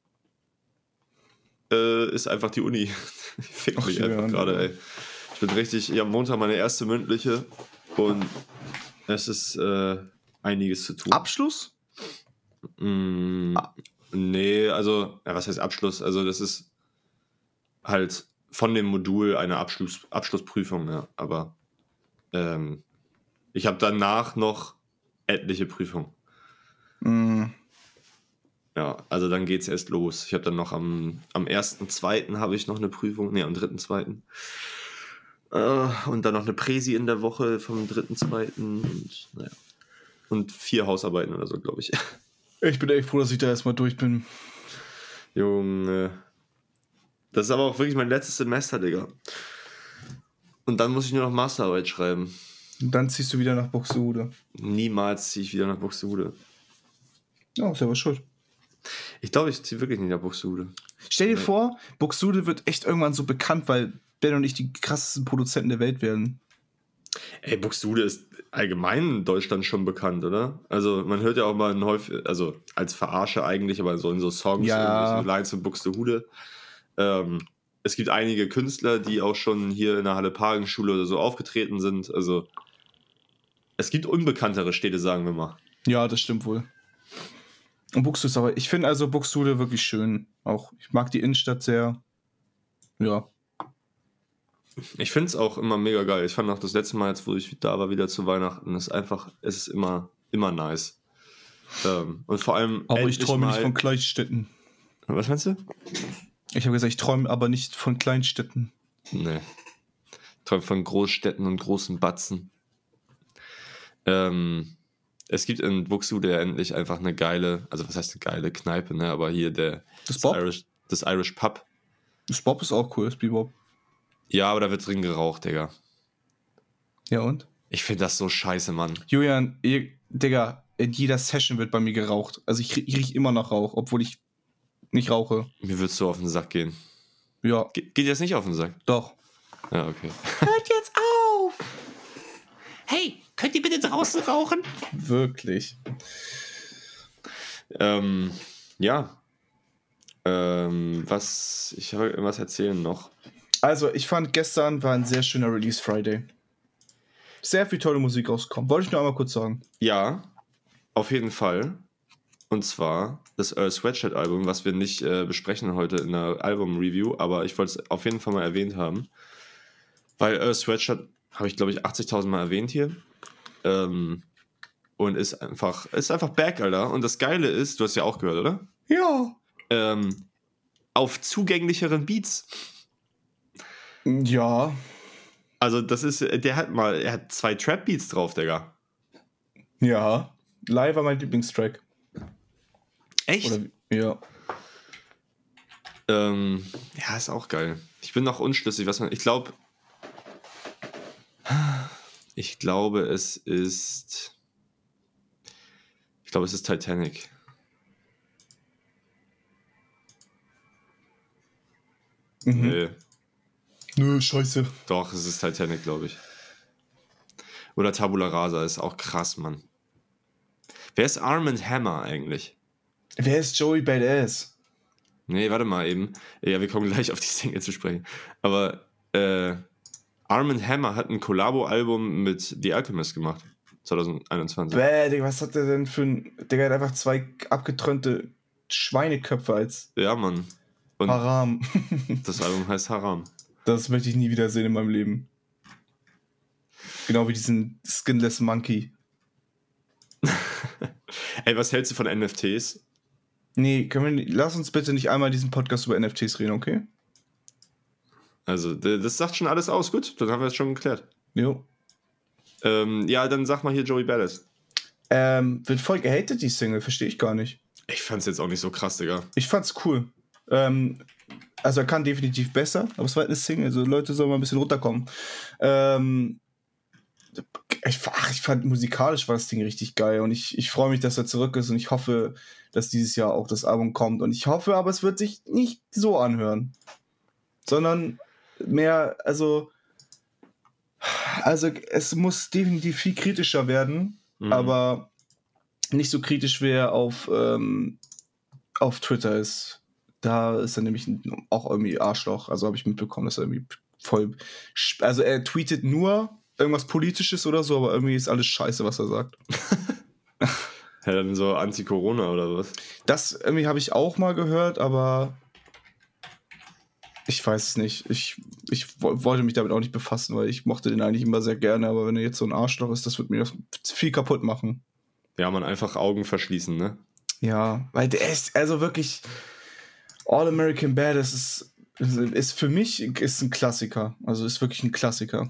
äh, ist einfach die Uni. Ich fick Ach, mich ja, einfach ja. gerade, ey. Ich bin richtig, ich habe Montag meine erste mündliche und es ist äh, einiges zu tun. Abschluss? Mm, nee, also, ja, was heißt Abschluss? Also, das ist halt von dem Modul eine Abschluss, Abschlussprüfung, ja, aber ähm, ich habe danach noch etliche Prüfungen. Mm. Ja, also dann geht's erst los. Ich habe dann noch am, am ersten zweiten habe ich noch eine Prüfung, nee, am dritten zweiten Äh, und dann noch eine Präsi in der Woche vom dritten zweiten und naja. Und vier Hausarbeiten oder so, glaube ich. Ich bin echt froh, dass ich da erstmal durch bin. Junge. Das ist aber auch wirklich mein letztes Semester, Digga. Und dann muss ich nur noch Masterarbeit schreiben. Und dann ziehst du wieder nach Buxtehude. Niemals ziehe ich wieder nach Buxtehude. Ja, ist ja was schuld. Ich glaube, ich ziehe wirklich nicht nach Buxtehude. Stell dir Ja. vor, Buxtehude wird echt irgendwann so bekannt, weil Ben und ich die krassesten Produzenten der Welt werden. Ey, Buxtehude ist allgemein in Deutschland schon bekannt, oder? Also man hört ja auch mal häufig, also als Verarsche eigentlich, aber so in so Songs, Ja. so Lines von Buxtehude. Ähm, es gibt einige Künstler, die auch schon hier in der Halle-Pagen-Schule oder so aufgetreten sind. Also es gibt unbekanntere Städte, sagen wir mal. Ja, das stimmt wohl. Und Buxtehude ist aber, ich finde also Buxtehude wirklich schön. Auch, ich mag die Innenstadt sehr. Ja. Ich finde es auch immer mega geil. Ich fand auch das letzte Mal, jetzt, wo ich da war, wieder zu Weihnachten, ist einfach, es ist immer, immer nice. Ähm, und vor allem. Aber ich endlich träume mal- nicht von Kleinstädten. Was meinst du? Ich habe gesagt, ich träume aber nicht von Kleinstädten. Nee. Träumt von Großstädten und großen Batzen. Ähm, es gibt in Buxtehude ja endlich einfach eine geile, also was heißt eine geile Kneipe, ne? Aber hier der Das Bob? Irish, das Irish Pub. Das Bob ist auch cool, das Bebop. Ja, aber da wird drin geraucht, Digga. Ja und? Ich finde das so scheiße, Mann. Julian, ihr, Digga, in jeder Session wird bei mir geraucht. Also ich, ich rieche immer nach Rauch, obwohl ich nicht rauche. Mir würdest du auf den Sack gehen. Ja, Ge geht jetzt nicht auf den Sack? doch. Ja, okay. Hört jetzt auf! Hey, könnt ihr bitte draußen rauchen? Wirklich. Ähm, ja. Ähm, was, ich habe irgendwas erzählen noch. Also, ich fand, gestern war ein sehr schöner Release Friday. Sehr viel tolle Musik rausgekommen. Wollte ich nur einmal kurz sagen. Ja, auf jeden Fall. Und zwar das Earl Sweatshirt Album, was wir nicht äh, besprechen heute in der Album-Review, aber ich wollte es auf jeden Fall mal erwähnt haben. Weil Earl Sweatshirt habe ich, glaube ich, achtzigtausend Mal erwähnt hier. Ähm, und ist einfach, ist einfach back, Alter. Und das Geile ist, du hast ja auch gehört, oder? Ja. Ähm, auf zugänglicheren Beats. Ja. Also, das ist, der hat mal, er hat zwei Trap-Beats drauf, Digga. Ja. Live war mein Lieblingstrack. Echt? Oder, ja. Ähm, ja, ist auch geil. Ich bin noch unschlüssig, was man. Ich glaube. Ich glaube, es ist. Ich glaube, es ist Titanic. Mhm. Nee, Nö, scheiße. doch, es ist Titanic, glaube ich. Oder Tabula Rasa ist auch krass, Mann. Wer ist Armand Hammer eigentlich? Wer ist Joey Badass? Nee, warte mal eben. Ja, wir kommen gleich auf die Single zu sprechen. Aber äh, Armand Hammer hat ein Collabo-Album mit The Alchemist gemacht. zwanzig einundzwanzig. Bäh, Digga, was hat der denn für ein. Digga, hat einfach zwei abgetrennte Schweineköpfe als Ja, Mann. Und Haram. das Album heißt Haram. Das möchte ich nie wieder sehen in meinem Leben. Genau wie diesen Skinless Monkey. Ey, was hältst du von N F Ts? Nee, können wir nicht, lass uns bitte nicht einmal diesen Podcast über N F Ts reden, okay? Also, d- das sagt schon alles aus. Gut, dann haben wir es schon geklärt. Jo. Ähm, ja, dann sag mal hier Joey Badass. Ähm, wird voll gehatet, die Single, verstehe ich gar nicht. Ich fand's jetzt auch nicht so krass, Digga. Ich fand's cool. Ähm, also er kann definitiv besser, aber es war halt eine Single, also Leute sollen mal ein bisschen runterkommen. Ähm, ich, ach, ich fand musikalisch war das Ding richtig geil und ich, ich freue mich, dass er zurück ist und ich hoffe, dass dieses Jahr auch das Album kommt und ich hoffe aber, es wird sich nicht so anhören, sondern mehr, also also es muss definitiv viel kritischer werden, Mhm. aber nicht so kritisch, wie er auf, ähm, auf Twitter ist. Da ist er nämlich auch irgendwie Arschloch. Also habe ich mitbekommen, dass er irgendwie voll. sch- Also er tweetet nur irgendwas Politisches oder so, aber irgendwie ist alles scheiße, was er sagt. Ja, dann so Anti-Corona oder was? Das irgendwie habe ich auch mal gehört, aber ich weiß es nicht. Ich, ich wo- wollte mich damit auch nicht befassen, weil ich mochte den eigentlich immer sehr gerne, aber wenn er jetzt so ein Arschloch ist, das wird mir viel kaputt machen. Ja, man einfach Augen verschließen, ne? Ja, weil der ist also wirklich All American Badass ist, ist, ist für mich ist ein Klassiker. Also ist wirklich ein Klassiker.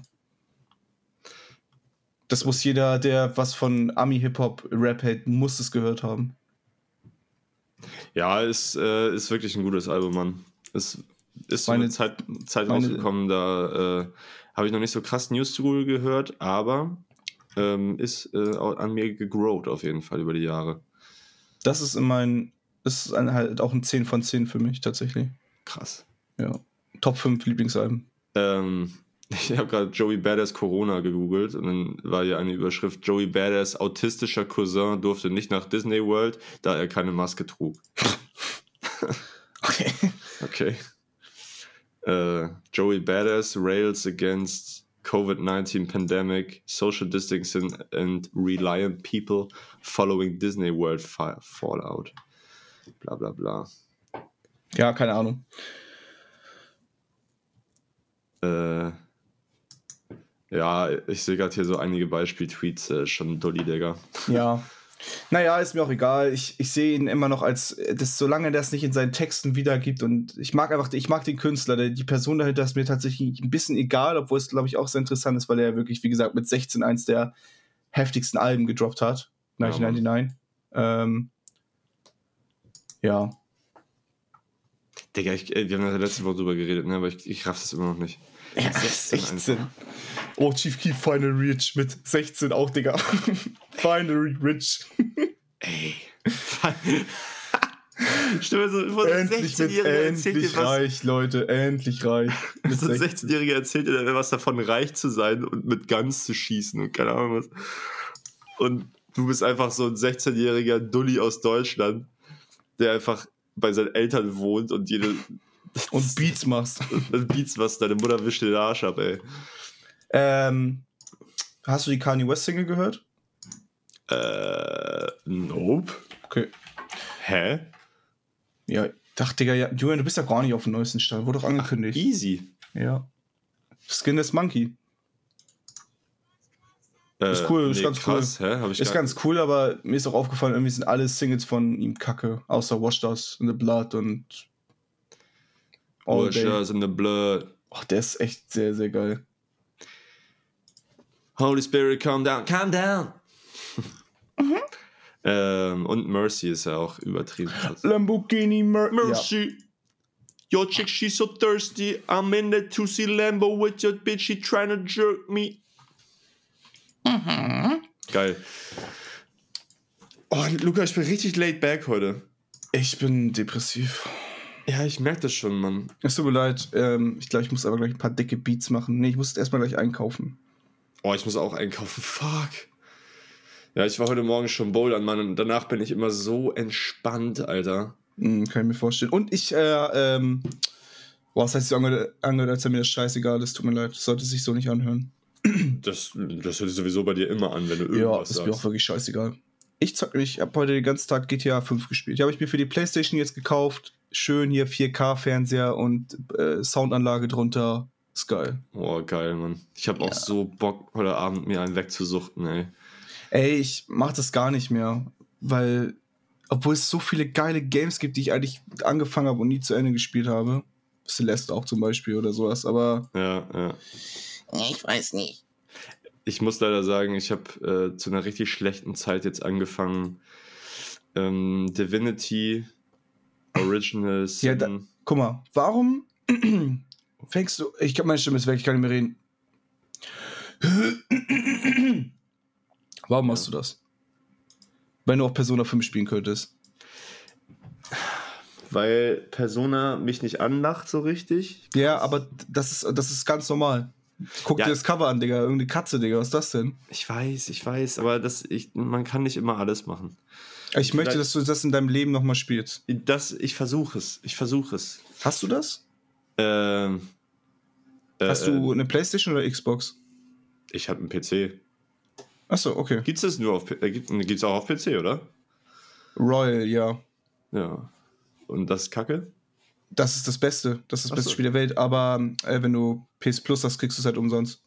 Das muss jeder, der was von Ami-Hip-Hop-Rap hält, muss es gehört haben. Ja, ist, äh, ist wirklich ein gutes Album, Mann. Es ist Meine- meine Zeit, Zeit meine- rausgekommen, da äh, habe ich noch nicht so krass News to Google gehört, aber ähm, ist äh, an mir gegrowt auf jeden Fall über die Jahre. Das ist in mein, das ist ein, halt auch ein zehn von zehn für mich tatsächlich. Krass. Ja. Top fünf Lieblingsalben. Ähm, ich habe gerade Joey Badass Corona gegoogelt und dann war hier eine Überschrift: Joey Badass autistischer Cousin durfte nicht nach Disney World, da er keine Maske trug. Okay. Okay. Äh, Joey Badass rails against COVID nineteen pandemic, social distancing and reliant people following Disney World fa- fallout. Bla bla bla. Ja, keine Ahnung. Äh, ja, ich sehe gerade hier so einige Beispiel-Tweets, äh, schon Dolly, Digga. Ja. Naja, ist mir auch egal. Ich, ich sehe ihn immer noch als, das, solange der es nicht in seinen Texten wiedergibt, und ich mag einfach, ich mag den Künstler, der, die Person dahinter ist mir tatsächlich ein bisschen egal, obwohl es, glaube ich, auch sehr interessant ist, weil er wirklich, wie gesagt, mit sechzehn eins der heftigsten Alben gedroppt hat. neunzehnhundertneunundneunzig. ähm, ja. Digga, ich, äh, wir haben ja letzte Woche drüber geredet, ne, aber ich, ich raff das immer noch nicht. Ja, sechzehn. Oh, Chief Keef Final Rich mit sechzehn auch, Digga. Final Rich. Ey. Stimme so, so ein Endlich mit sechzehnjähriger erzählt dir endlich was. reich, Leute. Endlich reich. Mit So ein sechzehn. sechzehnjähriger erzählt dir dann was davon, reich zu sein und mit Guns zu schießen und keine Ahnung was. Und du bist einfach so ein sechzehnjähriger Dulli aus Deutschland, der einfach bei seinen Eltern wohnt und jede Und Beats machst. und Beats, was deine Mutter wischt den Arsch ab, ey. Ähm, hast du die Kanye West Single gehört? Äh, nope. Okay. Hä? Ja, dachte, Digga, ja, Julian, du bist ja gar nicht auf dem neuesten Stand. Wurde doch angekündigt. Easy. Ja. Skinless Monkey. Äh, Ist cool, ist ganz krass, Hä? Hab ich Ist gar- ganz cool, aber mir ist auch aufgefallen, irgendwie sind alle Singles von ihm kacke. Außer Washed Us in the Blood und All Watch Day. us in the blood. Oh, der ist echt sehr, sehr geil. Holy Spirit, calm down. Calm down. ähm, und Mercy ist ja auch übertrieben krass. Lamborghini Mer Mercy. Your chick, she's so thirsty. I'm in the two C Lambo with your bitch. She trying to jerk me. Geil. Oh, Luca, ich bin richtig laid back heute. Ja. Ich bin depressiv. Ja, ich merke das schon, Mann. Es tut mir leid. Ähm, ich glaube, ich muss aber gleich ein paar dicke Beats machen. Nee, ich muss erstmal gleich einkaufen. Oh, ich muss auch einkaufen. Fuck. Ja, ich war heute Morgen schon bouldern, Mann. Und danach bin ich immer so entspannt, Alter. Hm, kann ich mir vorstellen. Und ich, äh, ähm, boah, das heißt so angehört, angehört, als wäre mir das scheißegal ist. Tut mir leid. Das sollte sich so nicht anhören. Das, das hört sich sowieso bei dir immer an, wenn du Ja, irgendwas ist mir auch sagst. wirklich scheißegal. Ich zock, ich habe heute den ganzen Tag G T A fünf gespielt. Die habe ich mir für die PlayStation jetzt gekauft. Schön hier vier K-Fernseher und äh, Soundanlage drunter. Ist geil. Oh, geil, Mann. Ich habe Ja. auch so Bock, heute Abend mir einen wegzusuchten, ey. Ey, ich mach das gar nicht mehr, weil, obwohl es so viele geile Games gibt, die ich eigentlich angefangen habe und nie zu Ende gespielt habe. Celeste auch zum Beispiel oder sowas, aber Ja, ja. Ich weiß nicht. Ich muss leider sagen, ich habe äh, zu einer richtig schlechten Zeit jetzt angefangen, ähm, Divinity Original Ja, Sin. da, guck mal, warum fängst du, ich glaube, meine Stimme ist weg, ich kann nicht mehr reden. Warum Ja. machst du das? Wenn du auch Persona fünf spielen könntest. Weil Persona mich nicht anlacht so richtig. Ja, aber das ist, das ist ganz normal. Guck Ja. dir das Cover an, Digga. Irgendeine Katze, Digga. Was ist das denn? Ich weiß, ich weiß, aber das, ich, man kann nicht immer alles machen. Ich möchte, Vielleicht- dass du das in deinem Leben nochmal spielst. Das, ich versuche es, ich versuche es. Hast du das? Ähm, äh, Hast du eine Playstation oder Xbox? Ich habe einen P C. Achso, okay. Gibt's das nur auf P- äh, gibt, gibt's auch auf P C, oder? Royal, ja. Ja. Und das ist Kacke? Das ist das Beste. Das ist das Ach beste so. Spiel der Welt. Aber äh, wenn du P S Plus hast, kriegst du es halt umsonst.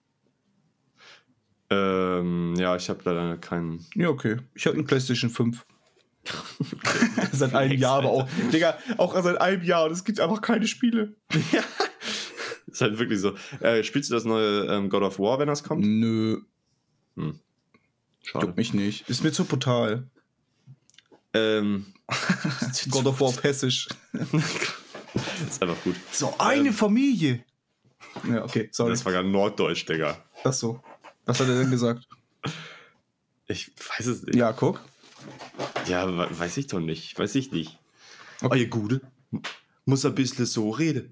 Ähm, ja, ich habe leider keinen. Ja, okay. Ich habe eine PlayStation fünf. Seit einem Jahr aber auch. Digga, auch seit einem Jahr. Und es gibt einfach keine Spiele. Ist halt wirklich so. Äh, spielst du das neue ähm, God of War, wenn das kommt? Nö, Schade. juckt mich nicht. Ist mir zu brutal. Ähm, God of War Hessisch. Das ist einfach gut. So eine Ähm, Familie. Ja, okay, sorry. Das war gerade Norddeutsch, Digga. Ach so. Was hat er denn gesagt? Ich weiß es nicht. Ja, guck. Ja, we- weiß ich doch nicht. Weiß ich nicht. Okay. Oh, ihr Gute. Muss ein bisschen so reden.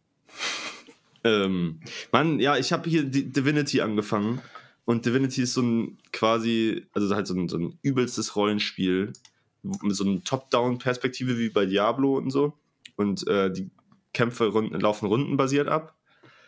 ähm, Mann, ja, ich habe hier die Divinity angefangen. Und Divinity ist so ein quasi, also halt so ein, so ein übelstes Rollenspiel. Mit so einer Top-Down-Perspektive wie bei Diablo und so. Und äh, die Kämpfe rund, laufen rundenbasiert ab.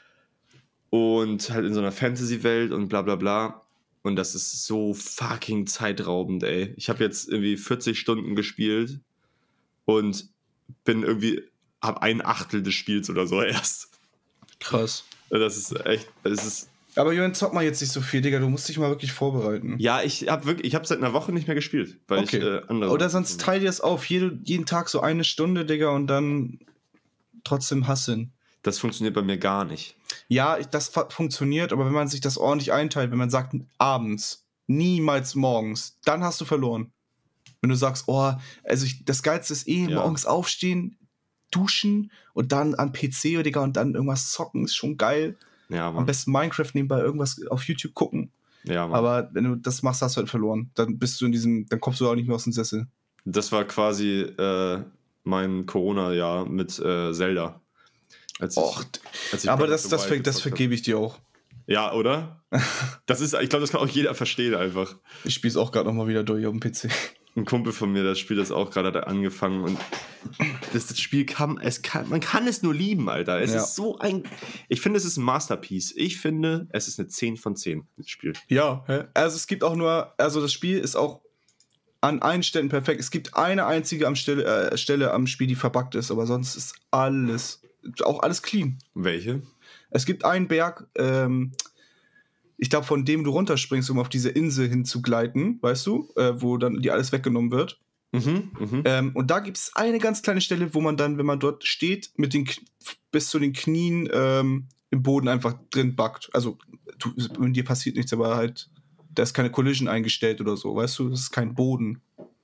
Und halt in so einer Fantasy-Welt und bla bla bla. Und das ist so fucking zeitraubend, ey. Ich habe jetzt irgendwie vierzig Stunden gespielt und bin irgendwie, hab ein Achtel des Spiels oder so erst. Krass. Das ist echt, das ist... Aber Jürgen, zock mal jetzt nicht so viel, Digga. Du musst dich mal wirklich vorbereiten. Ja, ich habe wirklich, ich habe seit einer Woche nicht mehr gespielt, weil Okay. ich äh, andere... Oder sonst teil dir das auf. Jede, jeden Tag so eine Stunde, Digga, und dann trotzdem hasseln. Das funktioniert bei mir gar nicht. Ja, ich- das fa- funktioniert, aber wenn man sich das ordentlich einteilt, wenn man sagt abends, niemals morgens, dann hast du verloren. Wenn du sagst, oh, also ich, das Geilste ist eh, Ja. morgens aufstehen, duschen und dann an P C, Digga, und dann irgendwas zocken, ist schon geil. Ja, Am Mann. besten Minecraft nebenbei irgendwas auf YouTube gucken. Ja, Mann. Aber wenn du das machst, hast du halt verloren. Dann bist du in diesem, dann kommst du auch nicht mehr aus dem Sessel. Das war quasi äh, mein Corona-Jahr mit äh, Zelda. Als ich, Och, als ich aber Breath das, of the das, Wild ver das gezockt hab. vergebe ich dir auch. Ja, oder? Das ist, ich glaube, das kann auch jeder verstehen einfach. Ich spiele es auch gerade nochmal wieder durch auf dem P C. Ein Kumpel von mir, das Spiel das auch gerade hat er angefangen und das, das Spiel kann, es kann, man kann es nur lieben, Alter. Es Ja. ist so ein, ich finde, es ist ein Masterpiece. Ich finde, es ist eine zehn von zehn, das Spiel. Ja, hä? Also es gibt auch nur, also das Spiel ist auch an allen Stellen perfekt. Es gibt eine einzige am Stelle, äh, Stelle am Spiel, die verbuggt ist, aber sonst ist alles, auch alles clean. Welche? Es gibt einen Berg, ähm, ich glaube, von dem du runterspringst, um auf diese Insel hinzugleiten, weißt du, äh, wo dann dir alles weggenommen wird. Mhm, mhm. Ähm, und da gibt es eine ganz kleine Stelle, wo man dann, wenn man dort steht, mit den K- bis zu den Knien ähm, im Boden einfach drin backt. Also du, mit dir passiert nichts, aber halt, da ist keine Collision eingestellt oder so, weißt du, das ist kein Boden.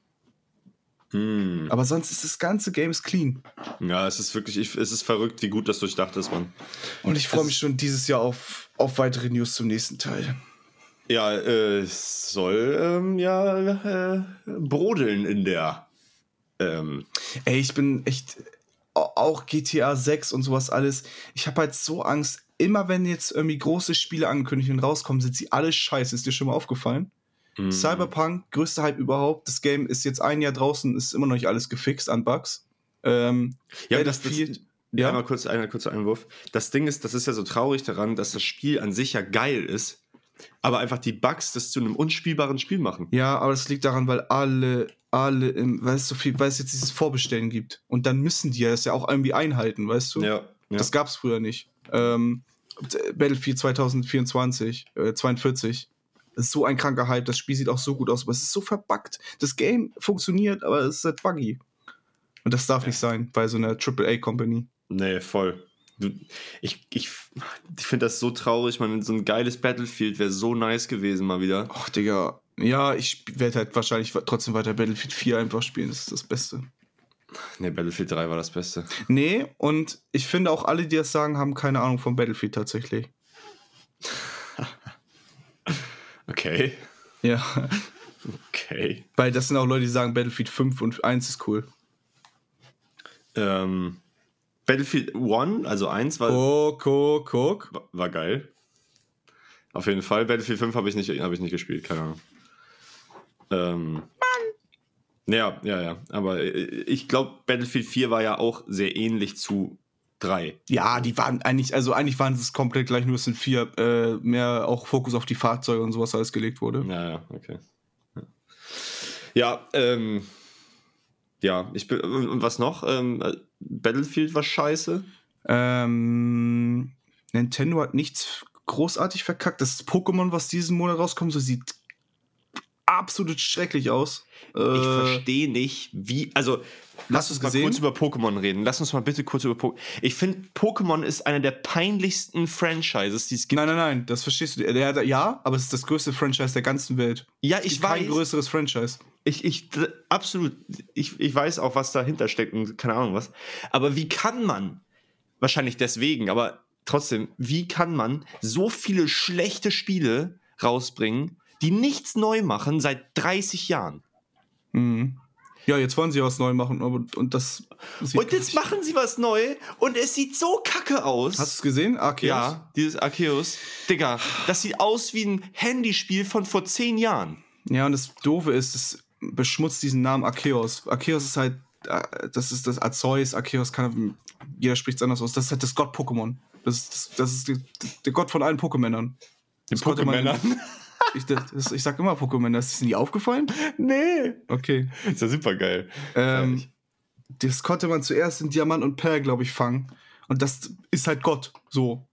Hm. Aber sonst ist das ganze Game ist clean. Ja, es ist wirklich, ich, es ist verrückt, wie gut das durchdacht ist, Mann. Und ich freue Es- mich schon dieses Jahr auf, auf weitere News zum nächsten Teil. Ja, äh, es soll ähm, ja äh, brodeln in der. Ähm, Ey, ich bin echt, au- auch G T A sechs und sowas alles, ich habe halt so Angst, immer wenn jetzt irgendwie große Spiele angekündigt und rauskommen, sind sie alle scheiße. Ist dir schon mal aufgefallen? mh. Cyberpunk, größter Hype überhaupt. Das Game ist jetzt ein Jahr draußen, ist immer noch nicht alles gefixt an Bugs. Ähm, Ja, aber das, das, Battlefield- ja. ja? Einmal kurz, einmal kurzer Einwurf. Das Ding ist, das ist ja so traurig daran, dass das Spiel an sich ja geil ist, aber einfach die Bugs das zu einem unspielbaren Spiel machen. Ja, aber das liegt daran, weil alle, alle, im, weil es so viel, weil es jetzt dieses Vorbestellen gibt. Und dann müssen die ja das ja auch irgendwie einhalten, weißt du? Ja, ja. Das gab's früher nicht. Ähm, Battlefield zwanzig vierundzwanzig, äh, zweiundvierzig. Das ist so ein kranker Hype. Das Spiel sieht auch so gut aus, aber es ist so verbuggt. Das Game funktioniert, aber es ist halt buggy. Und das darf Ja. nicht sein bei so einer Triple A Company. Nee, voll. Du, ich ich, ich finde das so traurig, man. So ein geiles Battlefield wäre so nice gewesen mal wieder. Ach, Digga. Ja, ich werde halt wahrscheinlich trotzdem weiter Battlefield vier einfach spielen. Das ist das Beste. Nee, Battlefield drei war das Beste. Nee, und ich finde auch alle, die das sagen, haben keine Ahnung von Battlefield tatsächlich. Okay. Ja. Okay. Weil das sind auch Leute, die sagen, Battlefield fünf und eins ist cool. Ähm, Battlefield eins, also eins war, Guck, guck, guck. war, war geil. Auf jeden Fall. Battlefield fünf habe ich, nicht- hab ich nicht gespielt, keine Ahnung. Ähm, Mann! Ja, ja, ja. Aber äh, ich glaube, Battlefield vier war ja auch sehr ähnlich zu drei. Ja, die waren eigentlich, also eigentlich waren es komplett gleich, nur es sind vier, äh, mehr auch Fokus auf die Fahrzeuge und sowas alles gelegt wurde. Ja, ja, okay. Ja, ja, ähm, ja, ich bin, und und was noch? Ähm, äh, Battlefield war scheiße. Ähm, Nintendo hat nichts großartig verkackt. Das Pokémon, was diesen Monat rauskommt, so sieht absolut schrecklich aus. Ich verstehe nicht, wie. Also, lass Hast du's uns mal gesehen? kurz über Pokémon reden. Lass uns mal bitte kurz über Pokémon. Ich finde, Pokémon ist einer der peinlichsten Franchises, die es gibt. Nein, nein, nein, das verstehst du. Der, der, ja, aber es ist das größte Franchise der ganzen Welt. Ja, Es ich gibt kein weiß. größeres Franchise. Ich, ich, absolut. Ich, ich weiß auch, was dahinter steckt und keine Ahnung was. Aber wie kann man, wahrscheinlich deswegen, aber trotzdem, wie kann man so viele schlechte Spiele rausbringen, die nichts neu machen seit dreißig Jahren? Mhm. Ja, jetzt wollen sie was neu machen, aber und das. Und jetzt machen sie was neu und es sieht so kacke aus. Hast du es gesehen? Arceus? Ja, dieses Arceus. Digga, das sieht aus wie ein Handyspiel von vor zehn Jahren. Ja, und das Doofe ist, es beschmutzt diesen Namen Arceus. Arceus ist halt, äh, das ist das Arceus, Arceus kann, jeder spricht es anders aus. Das ist halt das Gott-Pokémon. Das ist, das, das ist die, der Gott von allen Pokémännern. Die Pokémännern? Ich, das, ich sag immer Pokémon, ist dir nie aufgefallen? Nee. Okay. Ist ja super geil. Ähm, das konnte man zuerst in Diamant und Perl, glaube ich, fangen. Und das ist halt Gott, so.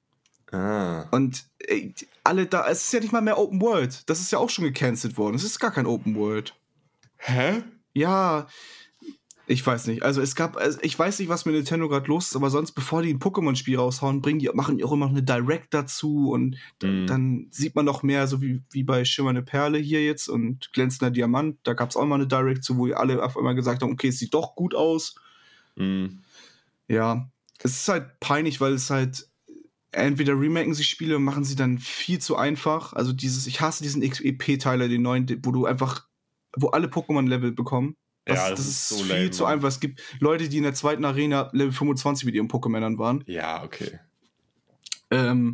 Ah. Und ey, alle da, es ist ja nicht mal mehr Open World. Das ist ja auch schon gecancelt worden. Es ist gar kein Open World. Hä? Ja, ich weiß nicht. Also es gab, also ich weiß nicht, was mit Nintendo gerade los ist, aber sonst, bevor die ein Pokémon-Spiel raushauen, bringen die, machen die auch immer noch eine Direct dazu und dann, Mhm. dann sieht man noch mehr, so wie, wie bei Schimmernde Perle hier jetzt und Glänzender Diamant. Da gab es auch mal eine Direct zu, wo alle auf einmal gesagt haben, okay, es sieht doch gut aus. Mhm. Ja, es ist halt peinlich, weil es halt entweder remaken sie Spiele und machen sie dann viel zu einfach. Also dieses, ich hasse diesen X E P-Teiler, den neuen, wo du einfach, wo alle Pokémon-Level bekommen. Das, Ja, das, das ist, ist so viel lame, zu Mann. einfach. Es gibt Leute, die in der zweiten Arena Level fünfundzwanzig mit ihren Pokémonern waren. Ja, okay. Ähm,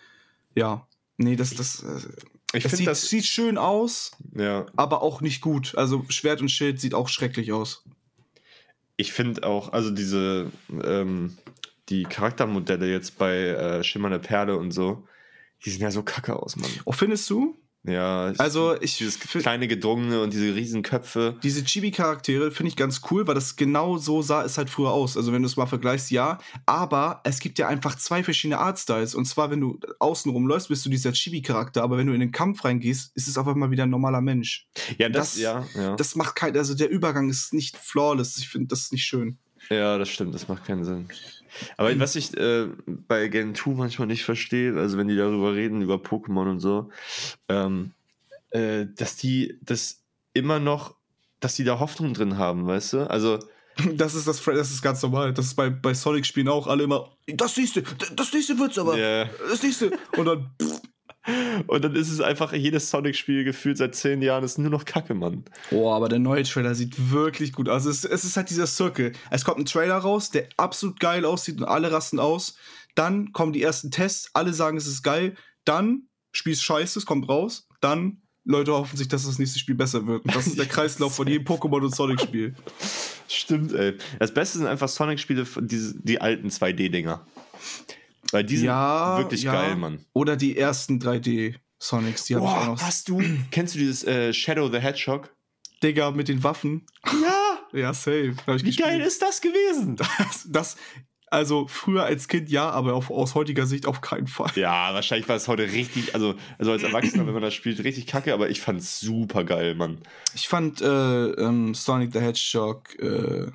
ja, nee, das, das, äh, Ich es finde sieht, das. sieht schön aus, Ja. aber auch nicht gut. Also Schwert und Schild sieht auch schrecklich aus. Ich finde auch, also diese, ähm, die Charaktermodelle jetzt bei äh, Schimmernde Perle und so, die sehen ja so kacke aus, Mann. Oh, findest du? Ja, Also, ich dieses find- kleine Gedrungene und diese riesen Köpfe. Diese Chibi-Charaktere finde ich ganz cool, weil das genau so sah es halt früher aus. Also wenn du es mal vergleichst, ja. Aber es gibt ja einfach zwei verschiedene Artstyles. Und zwar, wenn du außen rumläufst, bist du dieser Chibi-Charakter. Aber wenn du in den Kampf reingehst, ist es auf einmal wieder ein normaler Mensch. Ja, das, das- ja, ja. Das macht kein, also der Übergang ist nicht flawless. Ich finde das nicht schön. Ja, das stimmt, das macht keinen Sinn. Aber was ich äh, bei Gen zwei manchmal nicht verstehe, also wenn die darüber reden, über Pokémon und so, ähm, äh, dass die das immer noch, dass die da Hoffnung drin haben, weißt du? Also, Das ist, das, das ist ganz normal. Das ist bei, bei Sonic-Spielen auch alle immer, das nächste, das nächste wird's aber. Ja. Das nächste. Und dann, pff. und dann ist es einfach, jedes Sonic-Spiel gefühlt seit zehn Jahren ist nur noch Kacke, Mann. Oh, aber der neue Trailer sieht wirklich gut aus. Es, es ist halt dieser Circle. Es kommt ein Trailer raus, der absolut geil aussieht und alle rasten aus. Dann kommen die ersten Tests, alle sagen, es ist geil. Dann, Spiel ist scheiße, es kommt raus. Dann, Leute hoffen sich, dass das nächste Spiel besser wird. Und das ist der Kreislauf von jedem Pokémon- und Sonic-Spiel. Stimmt, ey. Das Beste sind einfach Sonic-Spiele, die, die alten zwei D-Dinger. Weil die sind wirklich ja. geil, Mann. Oder die ersten drei D-Sonics, die habe ich auch Boah, noch. hast du, kennst du dieses äh, Shadow the Hedgehog? Digga, mit den Waffen. Ja! Ja, safe. Hab ich Wie gespielt. geil ist das gewesen? Das, das, also früher als Kind ja, aber auf, aus heutiger Sicht auf keinen Fall. Ja, wahrscheinlich war es heute richtig, also, also als Erwachsener, wenn man das spielt, richtig kacke, aber ich fand's super geil, Mann. Ich fand äh, ähm, Sonic the Hedgehog äh,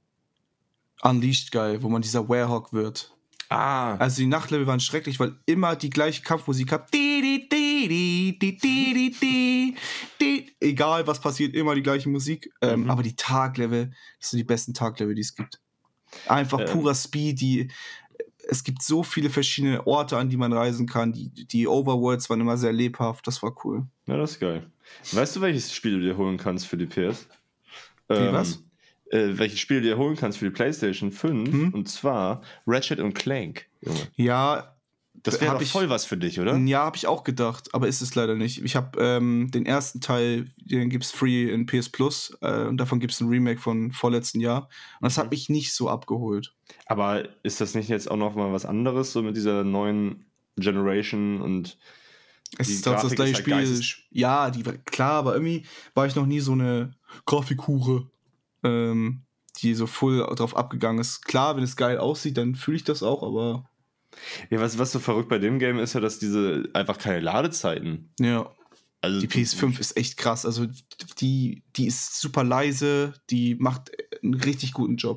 Unleashed geil, wo man dieser Werehog wird. Ah. Also die Nachtlevel waren schrecklich, weil immer die gleiche Kampfmusik gab. Di, di, di, di, di, di, di, di, di. Egal was passiert, immer die gleiche Musik. Ähm, Mhm. aber die Taglevel, das sind die besten Taglevel, die es gibt. Einfach Ähm. purer Speed, die, es gibt so viele verschiedene Orte, an die man reisen kann. Die, die Overworlds waren immer sehr lebhaft, das war cool. Ja, das ist geil. Weißt du, welches Spiel du dir holen kannst für die P S? Wie, was? Äh, welches Spiel du dir holen kannst für die PlayStation fünf? Hm? Und zwar Ratchet und Clank. Junge. Ja, Das wäre Hab doch ich- voll was für dich, oder? ja, habe ich auch gedacht, aber ist es leider nicht. Ich habe ähm, den ersten Teil, den gibt's free in P S Plus äh, und davon gibt es ein Remake von vorletzten Jahr. Und das hat Mhm. mich nicht so abgeholt. Aber ist das nicht jetzt auch noch mal was anderes, so mit dieser neuen Generation und Es Die ist trotzdem das Grafik ist gleiche halt Spiel. geistes- Ja, die war klar, aber irgendwie war ich noch nie so eine Grafikhure, ähm, die so voll drauf abgegangen ist. Klar, wenn es geil aussieht, dann fühle ich das auch, aber ja, was, was so verrückt bei dem Game ist ja, dass diese einfach keine Ladezeiten. ja. Also Die P S fünf ist echt krass. Also die, die ist super leise, die macht einen richtig guten Job.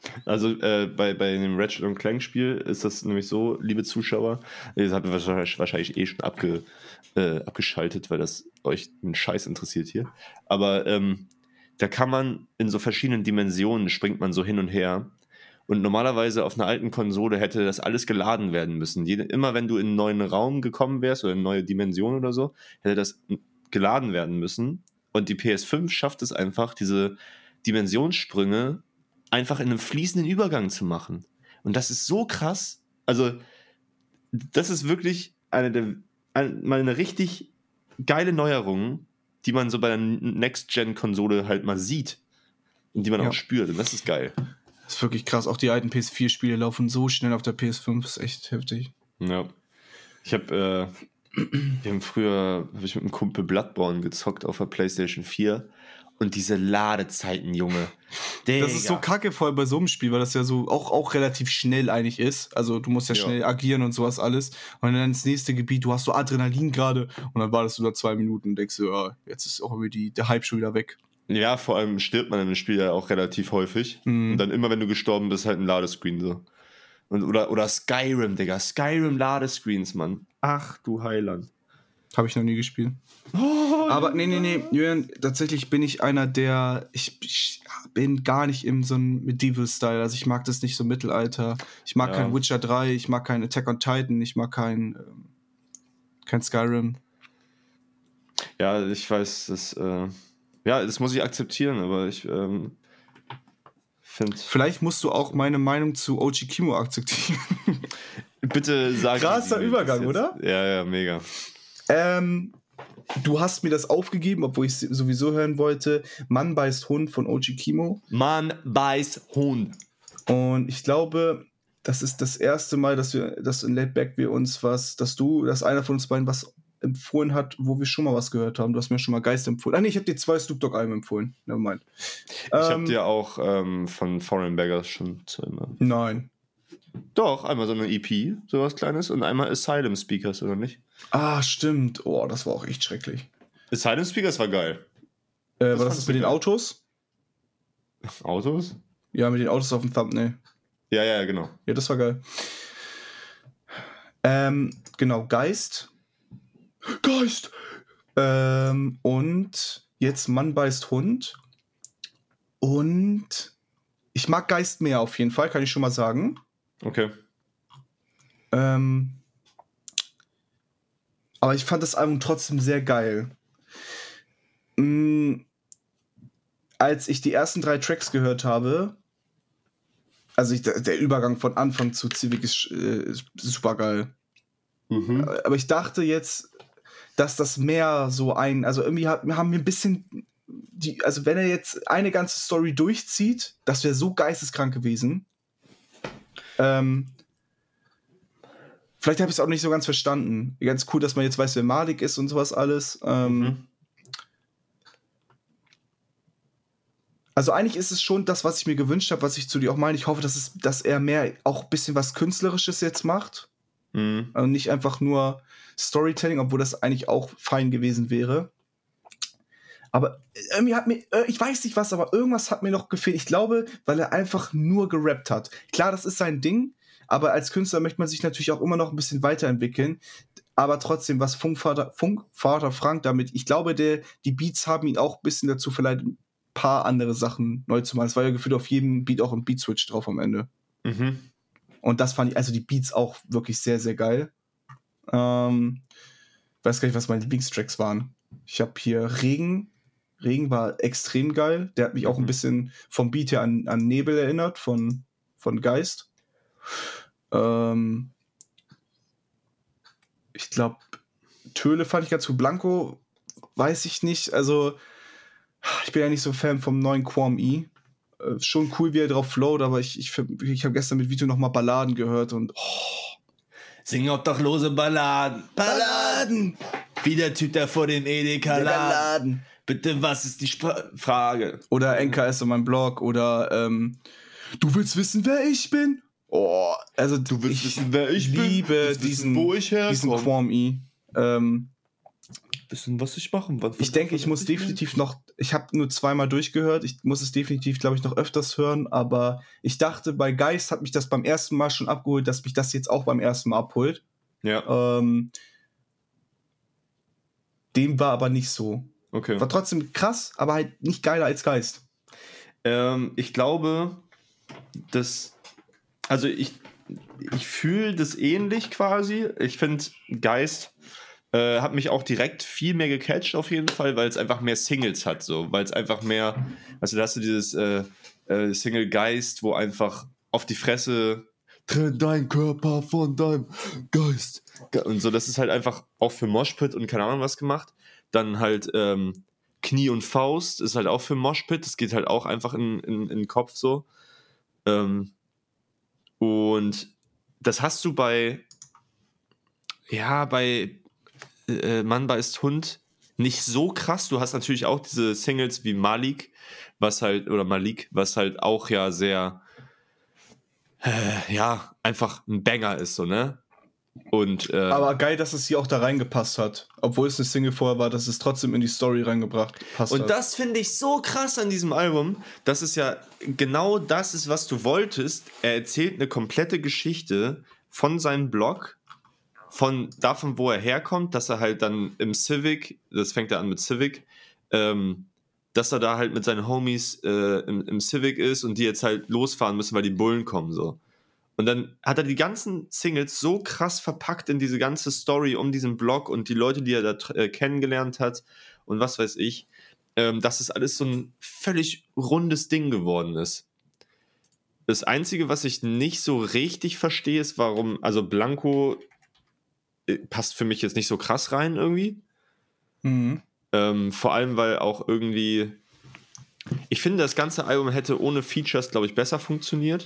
Also äh, bei, bei dem Ratchet und Clank Spiel ist das nämlich so, liebe Zuschauer, ihr habt wahrscheinlich, wahrscheinlich eh schon abge, äh, abgeschaltet, weil das euch einen Scheiß interessiert hier. Aber ähm, da kann man in so verschiedenen Dimensionen, springt man so hin und her. Und normalerweise auf einer alten Konsole hätte das alles geladen werden müssen. Jede, immer wenn du in einen neuen Raum gekommen wärst oder in eine neue Dimension oder so, hätte das geladen werden müssen. Und die P S fünf schafft es einfach, diese Dimensionssprünge einfach in einem fließenden Übergang zu machen. Und das ist so krass. Also, das ist wirklich eine der, eine, mal eine richtig geile Neuerung, die man so bei der Next-Gen-Konsole halt mal sieht. Und die man Ja. auch spürt. Und das ist geil. Das ist wirklich krass. Auch die alten P S vier Spiele laufen so schnell auf der P S fünf. Das ist echt heftig. Ja. Ich habe, äh, wir haben früher, habe ich mit einem Kumpel Bloodborne gezockt auf der PlayStation vier. Und diese Ladezeiten, Junge. Digga. Das ist so kacke voll bei so einem Spiel, weil das ja so auch, auch relativ schnell eigentlich ist. Also du musst ja, Ja. schnell agieren und sowas alles. Und dann ins nächste Gebiet, du hast so Adrenalin gerade und dann wartest du da zwei Minuten und denkst so, ja, jetzt ist auch irgendwie die, der Hype schon wieder weg. Ja, vor allem stirbt man in dem Spiel ja auch relativ häufig. Mhm. Und dann immer, wenn du gestorben bist, halt ein Ladescreen so. Und, oder, oder Skyrim, Digga. Skyrim-Ladescreens, Mann. Ach, du Heiland. Habe ich noch nie gespielt. Oh, Aber nee, nee, nee, Julian, tatsächlich bin ich einer, der, ich, ich bin gar nicht im so einem Medieval-Style, also ich mag das nicht so Mittelalter. Ich mag Ja. kein Witcher drei, ich mag kein Attack on Titan, ich mag kein, ähm, kein Skyrim. Ja, ich weiß, das, äh, ja, das muss ich akzeptieren, aber ich ähm, finde. Vielleicht musst du auch meine Meinung zu O G Kimo akzeptieren. Bitte sag. Krasser sie mir Übergang, das jetzt. oder? Ja, ja, mega. ähm, du hast mir das aufgegeben, obwohl ich es sowieso hören wollte. Mann beißt Hund von O G Kimo. Mann beißt Hund. Und ich glaube, das ist das erste Mal, dass wir, dass in Laidback wir uns was, dass du, dass einer von uns beiden was empfohlen hat, wo wir schon mal was gehört haben. Du hast mir schon mal Geist empfohlen. Ah nee, ich habe dir zwei Snoop Dogg Alben empfohlen. Nevermind. Ich habe dir auch ähm, von Foreign Beggars schon zu immer. Nein. Doch, einmal so eine E P, sowas Kleines, und einmal Asylum Speakers, oder nicht? Ah, stimmt. Oh, das war auch echt schrecklich. Asylum Speakers war geil. Äh, Das war das fandst das du mit den geil. Autos? Autos? Ja, mit den Autos auf dem Thumbnail. Ja, ja, genau. Ja, das war geil. Ähm, genau, Geist. Geist! Ähm, und jetzt Mann beißt Hund. Und ich mag Geist mehr auf jeden Fall, kann ich schon mal sagen. Okay. Ähm, aber ich fand das Album trotzdem sehr geil. Mm, als ich die ersten drei Tracks gehört habe, also ich, der, der Übergang von Anfang zu Civic ist, äh, ist super geil. Mhm. Aber ich dachte jetzt, dass das mehr so ein, also irgendwie hat, haben wir ein bisschen, die, also wenn er jetzt eine ganze Story durchzieht, das wäre so geisteskrank gewesen. Ähm, vielleicht habe ich es auch nicht so ganz verstanden. Ganz cool, dass man jetzt weiß, wer Malik ist und sowas alles. Ähm, Mhm. Also eigentlich ist es schon das, was ich mir gewünscht habe, was ich zu dir auch meine. Ich hoffe, dass, es, dass er mehr auch ein bisschen was Künstlerisches jetzt macht. Mhm. Also nicht einfach nur Storytelling, obwohl das eigentlich auch fein gewesen wäre. Aber irgendwie hat mir, ich weiß nicht was, aber irgendwas hat mir noch gefehlt. Ich glaube, weil er einfach nur gerappt hat. Klar, das ist sein Ding, aber als Künstler möchte man sich natürlich auch immer noch ein bisschen weiterentwickeln. Aber trotzdem, was Funkvater, Funkvater Frank damit, ich glaube, der, die Beats haben ihn auch ein bisschen dazu verleitet, ein paar andere Sachen neu zu machen. Es war ja gefühlt auf jedem Beat auch ein Beat-Switch drauf am Ende. Mhm. Und das fand ich, also die Beats auch wirklich sehr, sehr geil. Ähm, weiß gar nicht, was meine Lieblingstracks waren. Ich habe hier Regen. Regen war extrem geil. Der hat mich auch ein Mhm. bisschen vom Beat her an, an Nebel erinnert, von, von Geist. Ähm, ich glaube, Töle fand ich ganz gut. Blanco weiß ich nicht. Also, ich bin ja nicht so Fan vom neuen Quam E. Äh, schon cool, wie er drauf float, aber ich, ich, ich habe gestern mit Vito nochmal Balladen gehört und oh, Sing obdachlose Balladen. Balladen! Wie der Typ, der vor dem Edeka Der laden. Balladen! Bitte, was ist die Spra Frage? Oder N K S on meinem Blog oder ähm, du willst wissen, wer ich bin? Oh, also Du willst ich wissen, wer ich bin? liebe Du willst wissen, diesen, wo ich herkomme? diesen Quam E. Ähm, wissen, was ich machen was, Ich denke, ich muss definitiv noch, ich habe nur zweimal durchgehört, ich muss es definitiv, glaube ich, noch öfters hören, aber ich dachte, bei Geist hat mich das beim ersten Mal schon abgeholt, dass mich das jetzt auch beim ersten Mal abholt. Ja. Ähm, dem war aber nicht so. Okay. War trotzdem krass, aber halt nicht geiler als Geist. Ähm, ich glaube, dass, also ich, ich fühle das ähnlich quasi. Ich finde, Geist äh, hat mich auch direkt viel mehr gecatcht auf jeden Fall, weil es einfach mehr Singles hat, so, weil es einfach mehr, also da hast du dieses äh, äh, Single Geist, wo einfach auf die Fresse trenn dein Körper von deinem Geist und so, das ist halt einfach auch für Moshpit und keine Ahnung was gemacht. Dann halt ähm, Knie und Faust ist halt auch für Moshpit, das geht halt auch einfach in, in, in den Kopf so. Ähm, und das hast du bei, ja, bei äh, Mann beißt Hund nicht so krass. Du hast natürlich auch diese Singles wie Malik, was halt, oder Malik, was halt auch ja sehr, äh, ja, einfach ein Banger ist, so, ne? Und, äh, Aber geil, dass es hier auch da reingepasst hat. Obwohl es eine Single vorher war, dass es trotzdem in die Story reingebracht passt. Und hat. das finde ich so krass an diesem Album, dass es ja genau das ist, was du wolltest. Er erzählt eine komplette Geschichte von seinem Blog, von davon, wo er herkommt, dass er halt dann im Civic, das fängt er an mit Civic, ähm, dass er da halt mit seinen Homies äh, im, im Civic ist und die jetzt halt losfahren müssen, weil die Bullen kommen, so. Und dann hat er die ganzen Singles so krass verpackt in diese ganze Story um diesen Blog und die Leute, die er da äh, kennengelernt hat und was weiß ich, ähm, dass es alles so ein völlig rundes Ding geworden ist. Das Einzige, was ich nicht so richtig verstehe, ist, warum, also Blanco äh, passt für mich jetzt nicht so krass rein irgendwie. Mhm. Ähm, vor allem, weil auch irgendwie, ich finde, das ganze Album hätte ohne Features, glaube ich, besser funktioniert.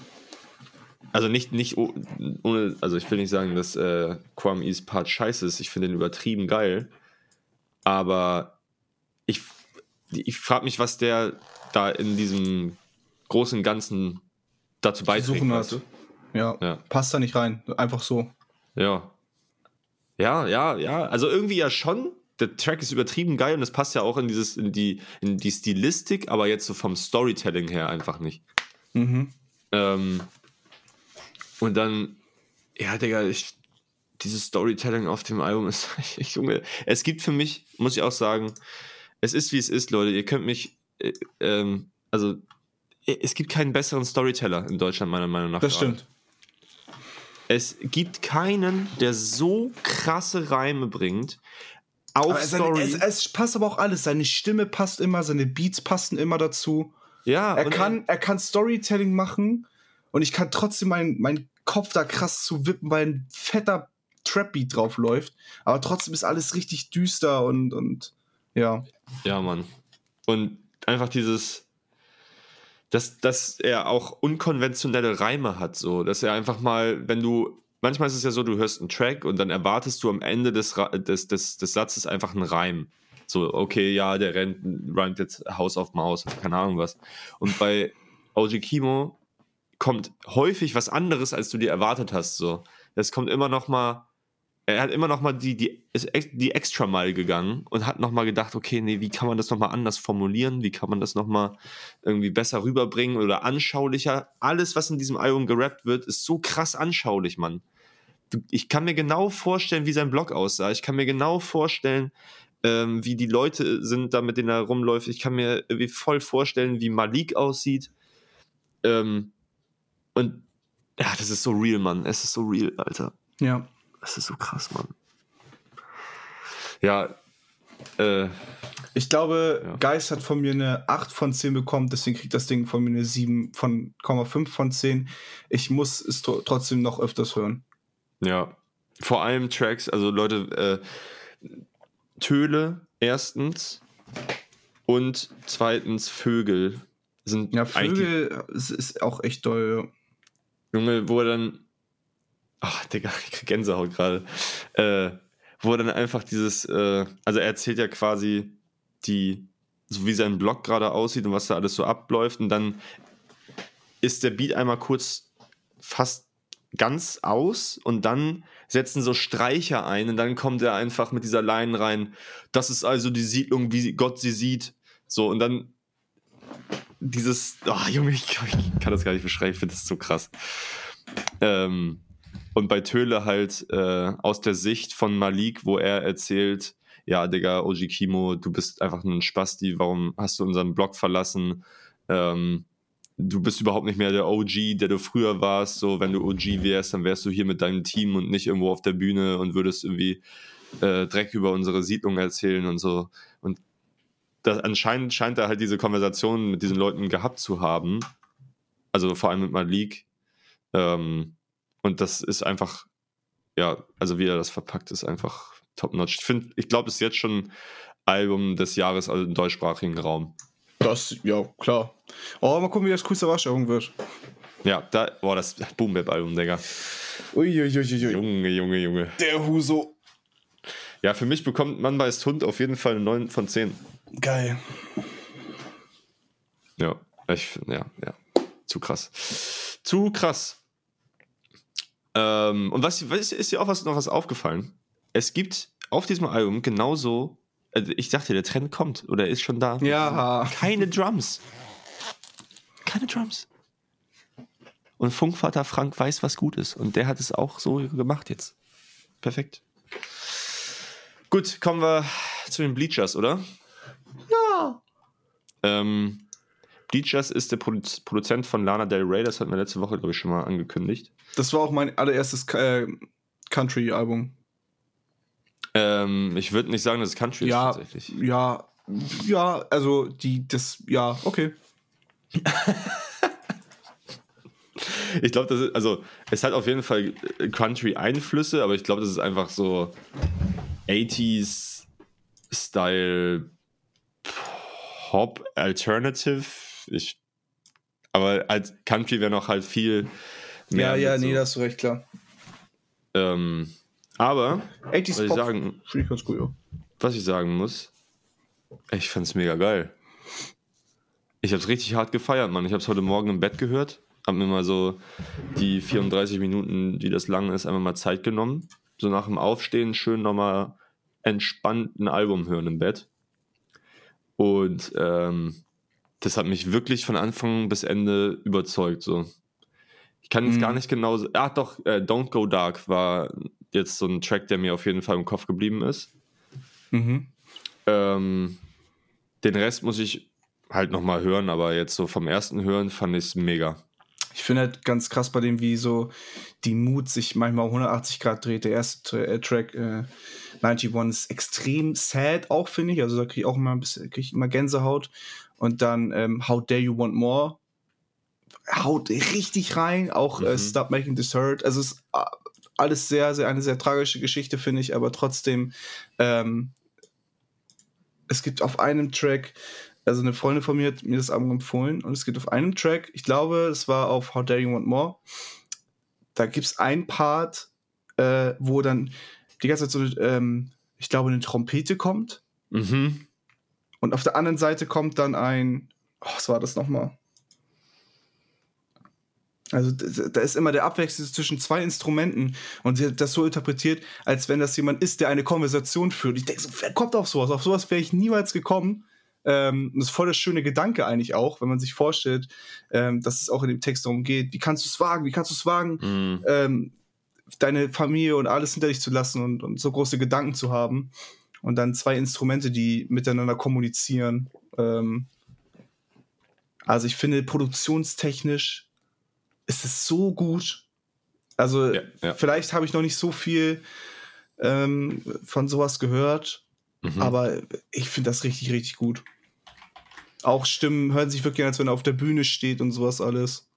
Also nicht, nicht ohne, also ich will nicht sagen, dass äh, Kwame's Part scheiße ist, ich finde den übertrieben geil, aber ich, ich frage mich, was der da in diesem großen Ganzen dazu beiträgt. Suchen Weißt hat. du? Ja. Ja. Passt da nicht rein, einfach so. Ja. Ja, ja, ja, also irgendwie ja schon, der Track ist übertrieben geil und das passt ja auch in dieses, in die, in die Stilistik, aber jetzt so vom Storytelling her einfach nicht. Mhm. Ähm, Und dann, ja, Digga, ich, dieses Storytelling auf dem Album ist, ich, Junge, es gibt für mich, muss ich auch sagen, es ist wie es ist, Leute. Ihr könnt mich, äh, ähm, also, es gibt keinen besseren Storyteller in Deutschland, meiner Meinung nach. Das gerade. stimmt. Es gibt keinen, der so krasse Reime bringt auf Aber seine, Story. es, es passt aber auch alles. Seine Stimme passt immer, seine Beats passen immer dazu. ja, Er und kann, er kann Storytelling machen und ich kann trotzdem meinen mein Kopf da krass zu wippen, weil ein fetter Trap-Beat drauf läuft. Aber trotzdem ist alles richtig düster und, und ja. Ja, Mann. Und einfach dieses, dass, dass er auch unkonventionelle Reime hat, so, dass er einfach mal, wenn du, manchmal ist es ja so, du hörst einen Track und dann erwartest du am Ende des, Ra- des, des, des Satzes einfach einen Reim. So, okay, ja, der rennt, reimt jetzt Haus auf Maus, keine Ahnung was. Und bei O G Kimo kommt häufig was anderes, als du dir erwartet hast, so. Es kommt immer noch mal, er hat immer noch mal die, die, ist ex- die extra Mile gegangen und hat noch mal gedacht, okay, nee, wie kann man das noch mal anders formulieren? Wie kann man das noch mal irgendwie besser rüberbringen oder anschaulicher? Alles, was in diesem Album gerappt wird, ist so krass anschaulich, Mann. Du, ich kann mir genau vorstellen, wie sein Blog aussah. Ich kann mir genau vorstellen, ähm, wie die Leute sind, da mit denen er rumläuft. Ich kann mir irgendwie voll vorstellen, wie Malik aussieht. Ähm, und ja, das ist so real, Mann. Es ist so real, Alter. Ja. Das ist so krass, Mann. Ja, äh, Ich glaube, Ja. Geist hat von mir eine acht von zehn bekommen, deswegen kriegt das Ding von mir eine sieben von fünf von zehn. Ich muss es tro- trotzdem noch öfters hören. ja. Vor allem Tracks, also Leute, äh, Töle erstens und zweitens Vögel sind Ja, eigentlich, Vögel ist, ist auch echt doll. Junge, wo er dann, ach, Digga, ich krieg Gänsehaut gerade, äh, wo er dann einfach dieses, äh, also er erzählt ja quasi die, so wie sein Blog gerade aussieht und was da alles so abläuft und dann ist der Beat einmal kurz fast ganz aus und dann setzen so Streicher ein und dann kommt er einfach mit dieser Line rein. Das ist also die Siedlung, wie Gott sie sieht. So, und dann dieses, oh Junge, ich, ich kann das gar nicht beschreiben, ich finde das so krass. Ähm, und bei Töle halt äh, aus der Sicht von Malik, wo er erzählt, ja, Digga, O G Kimo, du bist einfach nur ein Spasti, warum hast du unseren Blog verlassen? Ähm, du bist überhaupt nicht mehr der O G, der du früher warst. So, wenn du O G wärst, dann wärst du hier mit deinem Team und nicht irgendwo auf der Bühne und würdest irgendwie äh, Dreck über unsere Siedlung erzählen und so. Und das, anscheinend scheint er halt diese Konversation mit diesen Leuten gehabt zu haben. Also vor allem mit Malik. Ähm, und das ist einfach, ja, also wie er das verpackt, ist einfach top-notch. Ich finde, ich glaube, es ist jetzt schon Album des Jahres, also im deutschsprachigen Raum. Das, ja, klar. Oh, mal gucken, wie das coolste Waschaugen wird. Ja, da, boah, das Boom-Bap-Album, Digga. Uiuiuiui. Junge, Junge, Junge. Der Huso. Ja, für mich bekommt Mann beißt Hund auf jeden Fall eine neun von zehn. Geil. Ja, ich, ja, ja. Zu krass. Zu krass. Ähm, und was, was ist dir auch was, noch was aufgefallen? Es gibt auf diesem Album genauso, also ich dachte, der Trend kommt oder ist schon da. Ja. Keine Drums. Keine Drums. Und Funkvater Frank weiß, was gut ist. Und der hat es auch so gemacht jetzt. Perfekt. Gut, kommen wir zu den Bleachers, oder? Ja. Ähm, Bleachers ist der Produ- Produzent von Lana Del Rey. Das hatten wir letzte Woche, glaube ich, schon mal angekündigt. Das war auch mein allererstes äh, Country-Album. Ähm, ich würde nicht sagen, dass es Country Ja, ist tatsächlich. ja, ja, also die, das, ja, okay. Ich glaube, das ist, also es hat auf jeden Fall Country-Einflüsse, aber ich glaube, das ist einfach so achtziger-Style Pop Alternative. Ich, aber als Country wäre noch halt viel mehr. Ja, ja, mit nee, so, da hast du recht, klar. ähm, aber achtziger was ich Pop, sagen, finde ich ganz cool, ja. was ich sagen muss, ich fand's mega geil. Ich hab's richtig hart gefeiert, Mann. Ich hab's heute Morgen im Bett gehört, hab mir mal so die vierunddreißig Minuten, die das lang ist, einfach mal Zeit genommen. So nach dem Aufstehen schön nochmal entspannt ein Album hören im Bett. Und ähm, das hat mich wirklich von Anfang bis Ende überzeugt. So. Ich kann jetzt Mhm. gar nicht genau. Ach doch, äh, Don't Go Dark war jetzt so ein Track, der mir auf jeden Fall im Kopf geblieben ist. Mhm. Ähm, den Rest muss ich halt nochmal hören, aber jetzt so vom ersten Hören fand ich es mega. Ich finde halt ganz krass bei dem, wie so die Mut sich manchmal um hundertachtzig Grad dreht. Der erste äh, Track, äh, einundneunzig, ist extrem sad auch, finde ich. Also da kriege ich auch immer ein bisschen, krieg ich immer Gänsehaut. Und dann ähm, How Dare You Want More haut richtig rein. Auch äh, Mhm. Stop Making This Hurt. Also es ist äh, alles sehr, sehr, eine sehr tragische Geschichte, finde ich. Aber trotzdem, ähm, es gibt auf einem Track, also eine Freundin von mir hat mir das Album empfohlen und es gibt auf einem Track, ich glaube, es war auf How Dare You Want More, da gibt es einen Part, äh, wo dann die ganze Zeit so, ähm, ich glaube, eine Trompete kommt Mhm. und auf der anderen Seite kommt dann ein, oh, was war das nochmal? Also d- da ist immer der Abwechsel zwischen zwei Instrumenten und sie hat das so interpretiert, als wenn das jemand ist, der eine Konversation führt. Ich denke so, wer kommt auf sowas? Auf sowas wäre ich niemals gekommen. Ähm, das ist voll der schöne Gedanke eigentlich auch, wenn man sich vorstellt, ähm, dass es auch in dem Text darum geht, wie kannst du es wagen, wie kannst du es wagen, Mhm. ähm, deine Familie und alles hinter dich zu lassen und, und so große Gedanken zu haben. Und dann zwei Instrumente, die miteinander kommunizieren. Ähm, also ich finde, produktionstechnisch ist es so gut. Also Ja, ja. vielleicht habe ich noch nicht so viel ähm, von sowas gehört, Mhm. aber ich finde das richtig, richtig gut. Auch Stimmen hören sich wirklich an, als wenn er auf der Bühne steht und sowas alles.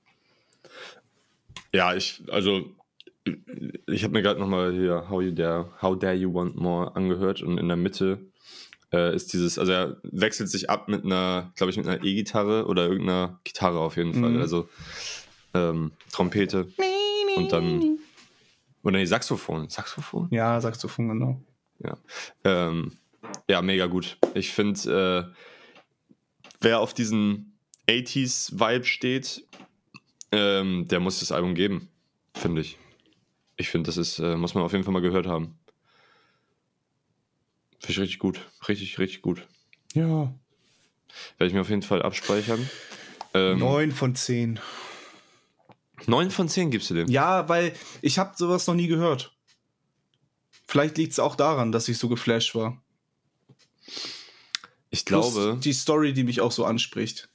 Ja, ich, also, ich habe mir gerade nochmal hier How, you dare, How Dare You Want More angehört und in der Mitte äh, ist dieses, also er wechselt sich ab mit einer, glaube ich, mit einer E-Gitarre oder irgendeiner Gitarre auf jeden Fall, Mhm. also ähm, Trompete und dann, oder nee, Saxophon, Saxophon? Ja, Saxophon, genau. Ja, ähm, ja, mega gut. Ich finde, äh, wer auf diesen achtziger-Vibe steht, ähm, der muss das Album geben. finde ich. Ich finde, das ist, äh, muss man auf jeden Fall mal gehört haben. Finde ich richtig gut. Richtig, richtig gut. Ja. Werde ich mir auf jeden Fall abspeichern. Ähm, Neun von zehn. neun von zehn gibst du dem? Ja, weil ich habe sowas noch nie gehört. Vielleicht liegt es auch daran, dass ich so geflasht war. Ich Plus glaube. die Story, die mich auch so anspricht.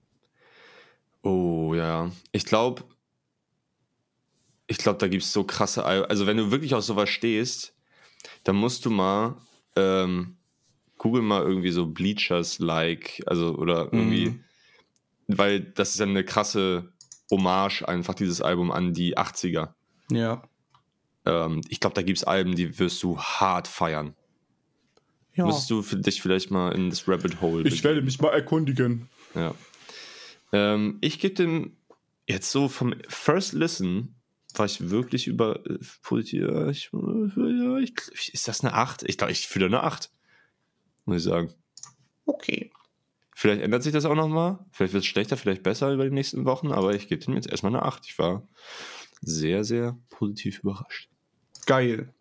Oh ja. Ich glaube, ich glaube, da gibt es so krasse. Al- Also, wenn du wirklich auf sowas stehst, dann musst du mal. Ähm, Google mal irgendwie so Bleachers-like, also oder irgendwie. Mhm. Weil das ist ja eine krasse Hommage einfach, dieses Album an die achtziger. Ja. Ähm, ich glaube, da gibt es Alben, die wirst du hart feiern. Ja. Müsstest du für dich vielleicht mal in das Rabbit Hole Ich werde mich mal erkundigen. Ja. Ähm, ich gebe dem jetzt so vom First Listen war ich wirklich über äh, positiv. Ja, ich, ja, ich, ist das eine acht? Ich glaube, ich fühle eine acht. Muss ich sagen. Okay. Vielleicht ändert sich das auch nochmal. Vielleicht wird es schlechter, vielleicht besser über die nächsten Wochen, aber ich gebe dem jetzt erstmal eine acht. Ich war sehr, sehr positiv überrascht. Geil.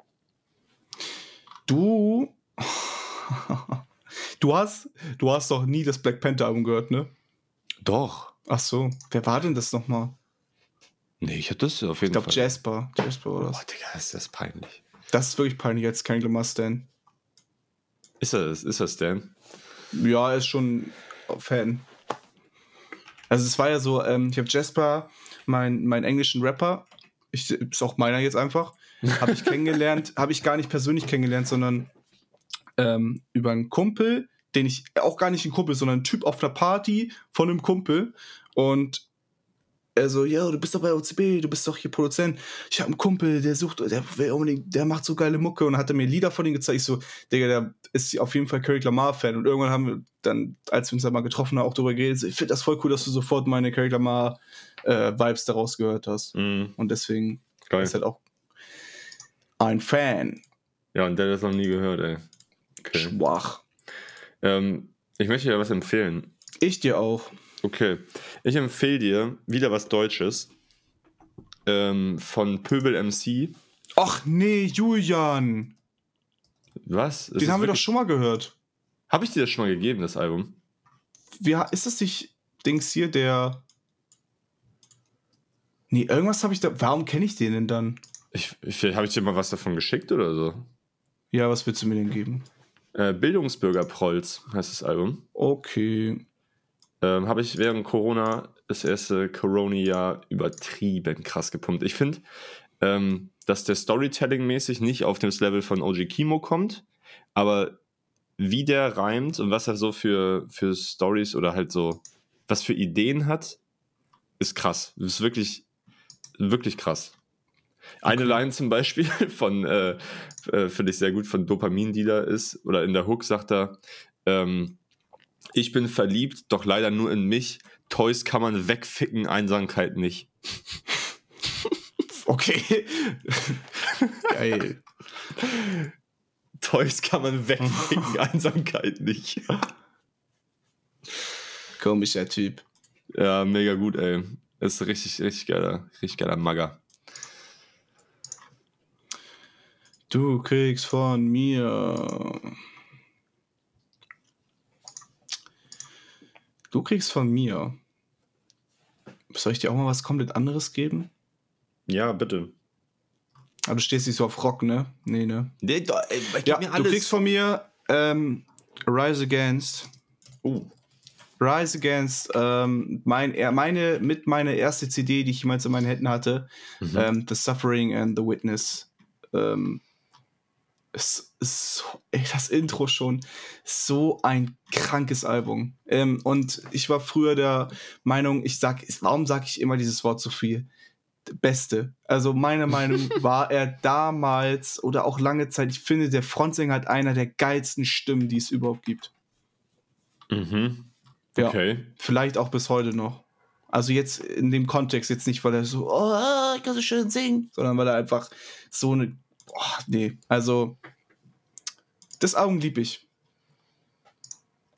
Du. du hast. Du hast doch nie das Black Panther Album gehört, ne? Doch. Ach so. Wer war denn das nochmal? Nee, ich hab das auf jeden Ich glaube Fall. Jasper. Jasper war Oh, das. Digga, ist das peinlich. Das ist wirklich peinlich als kein Lamar-Stan. Ist das, ist das Dan? Ja, er ist schon Fan. Also es war ja so, ähm, ich habe Jasper, mein, mein englischen Rapper, ich, ist auch meiner jetzt einfach, habe ich kennengelernt, habe ich gar nicht persönlich kennengelernt, sondern ähm, über einen Kumpel, den ich, auch gar nicht ein Kumpel, sondern ein Typ auf einer Party von einem Kumpel und er so, ja, du bist doch bei O C B, du bist doch hier Produzent. Ich habe einen Kumpel, der sucht, der will unbedingt, der macht so geile Mucke und hat er mir Lieder von ihm gezeigt. Ich so, Digga, der ist auf jeden Fall Kendrick Lamar-Fan. Und irgendwann haben wir dann, als wir uns dann mal getroffen haben, auch darüber geredet, so, ich finde das voll cool, dass du sofort meine Kendrick Lamar-Vibes daraus gehört hast. Mhm. Und deswegen Geil. ist halt auch ein Fan. Ja, und der hat das noch nie gehört, ey. Okay. Schwach. Ähm, ich möchte dir was empfehlen. Ich dir auch. Okay. Ich empfehle dir wieder was Deutsches ähm, von Pöbel M C. Ach nee, Julian. Was? Den haben wir doch schon mal gehört. Habe ich dir das schon mal gegeben, das Album? Wie, ist das nicht Dings hier, der... Nee, irgendwas habe ich da... Warum kenne ich den denn dann? Ich, vielleicht habe ich dir mal was davon geschickt oder so. Ja, was willst du mir denn geben? Äh, Bildungsbürger-Prolz heißt das Album. Okay. Ähm, habe ich während Corona, das erste Corona-Jahr, übertrieben krass gepumpt. Ich finde, ähm, dass der Storytelling-mäßig nicht auf das Level von O G Kimo kommt, aber wie der reimt und was er so für, für Stories oder halt so, was für Ideen hat, ist krass. Das ist wirklich, wirklich krass. Eine Okay. Line zum Beispiel von, äh, äh, finde ich sehr gut, von Dopamin-Dealer ist, oder in der Hook sagt er, ähm, ich bin verliebt, doch leider nur in mich. Toys kann man wegficken, Einsamkeit nicht. Okay. Geil. Toys kann man wegficken, Einsamkeit nicht. Komischer Typ. Ja, mega gut, ey. Das ist richtig, richtig geiler, richtig geiler Magger. Du kriegst von mir. Du kriegst von mir. Soll ich dir auch mal was komplett anderes geben? Ja, bitte. Aber du stehst nicht so auf Rock, ne? Nee, ne? Nee, do, ey, gib Ja, mir du alles. kriegst von mir ähm, Rise Against. Oh. Rise Against, ähm, mein, er, meine, mit meiner erste C D, die ich jemals in meinen Händen hatte, Mhm. ähm, The Suffering and the Witness. Ähm, es ist so, ey, das Intro schon so ein krankes Album. Ähm, und ich war früher der Meinung, ich sag, warum sage ich immer dieses Wort so viel? Beste. Also meiner Meinung war er damals oder auch lange Zeit, ich finde, der Frontsänger hat einer der geilsten Stimmen, die es überhaupt gibt. Mhm. Ja, Okay. vielleicht auch bis heute noch. Also jetzt in dem Kontext, jetzt nicht, weil er so, oh, ich kann so schön singen, sondern weil er einfach so eine, oh, nee, also das Album lieb ich.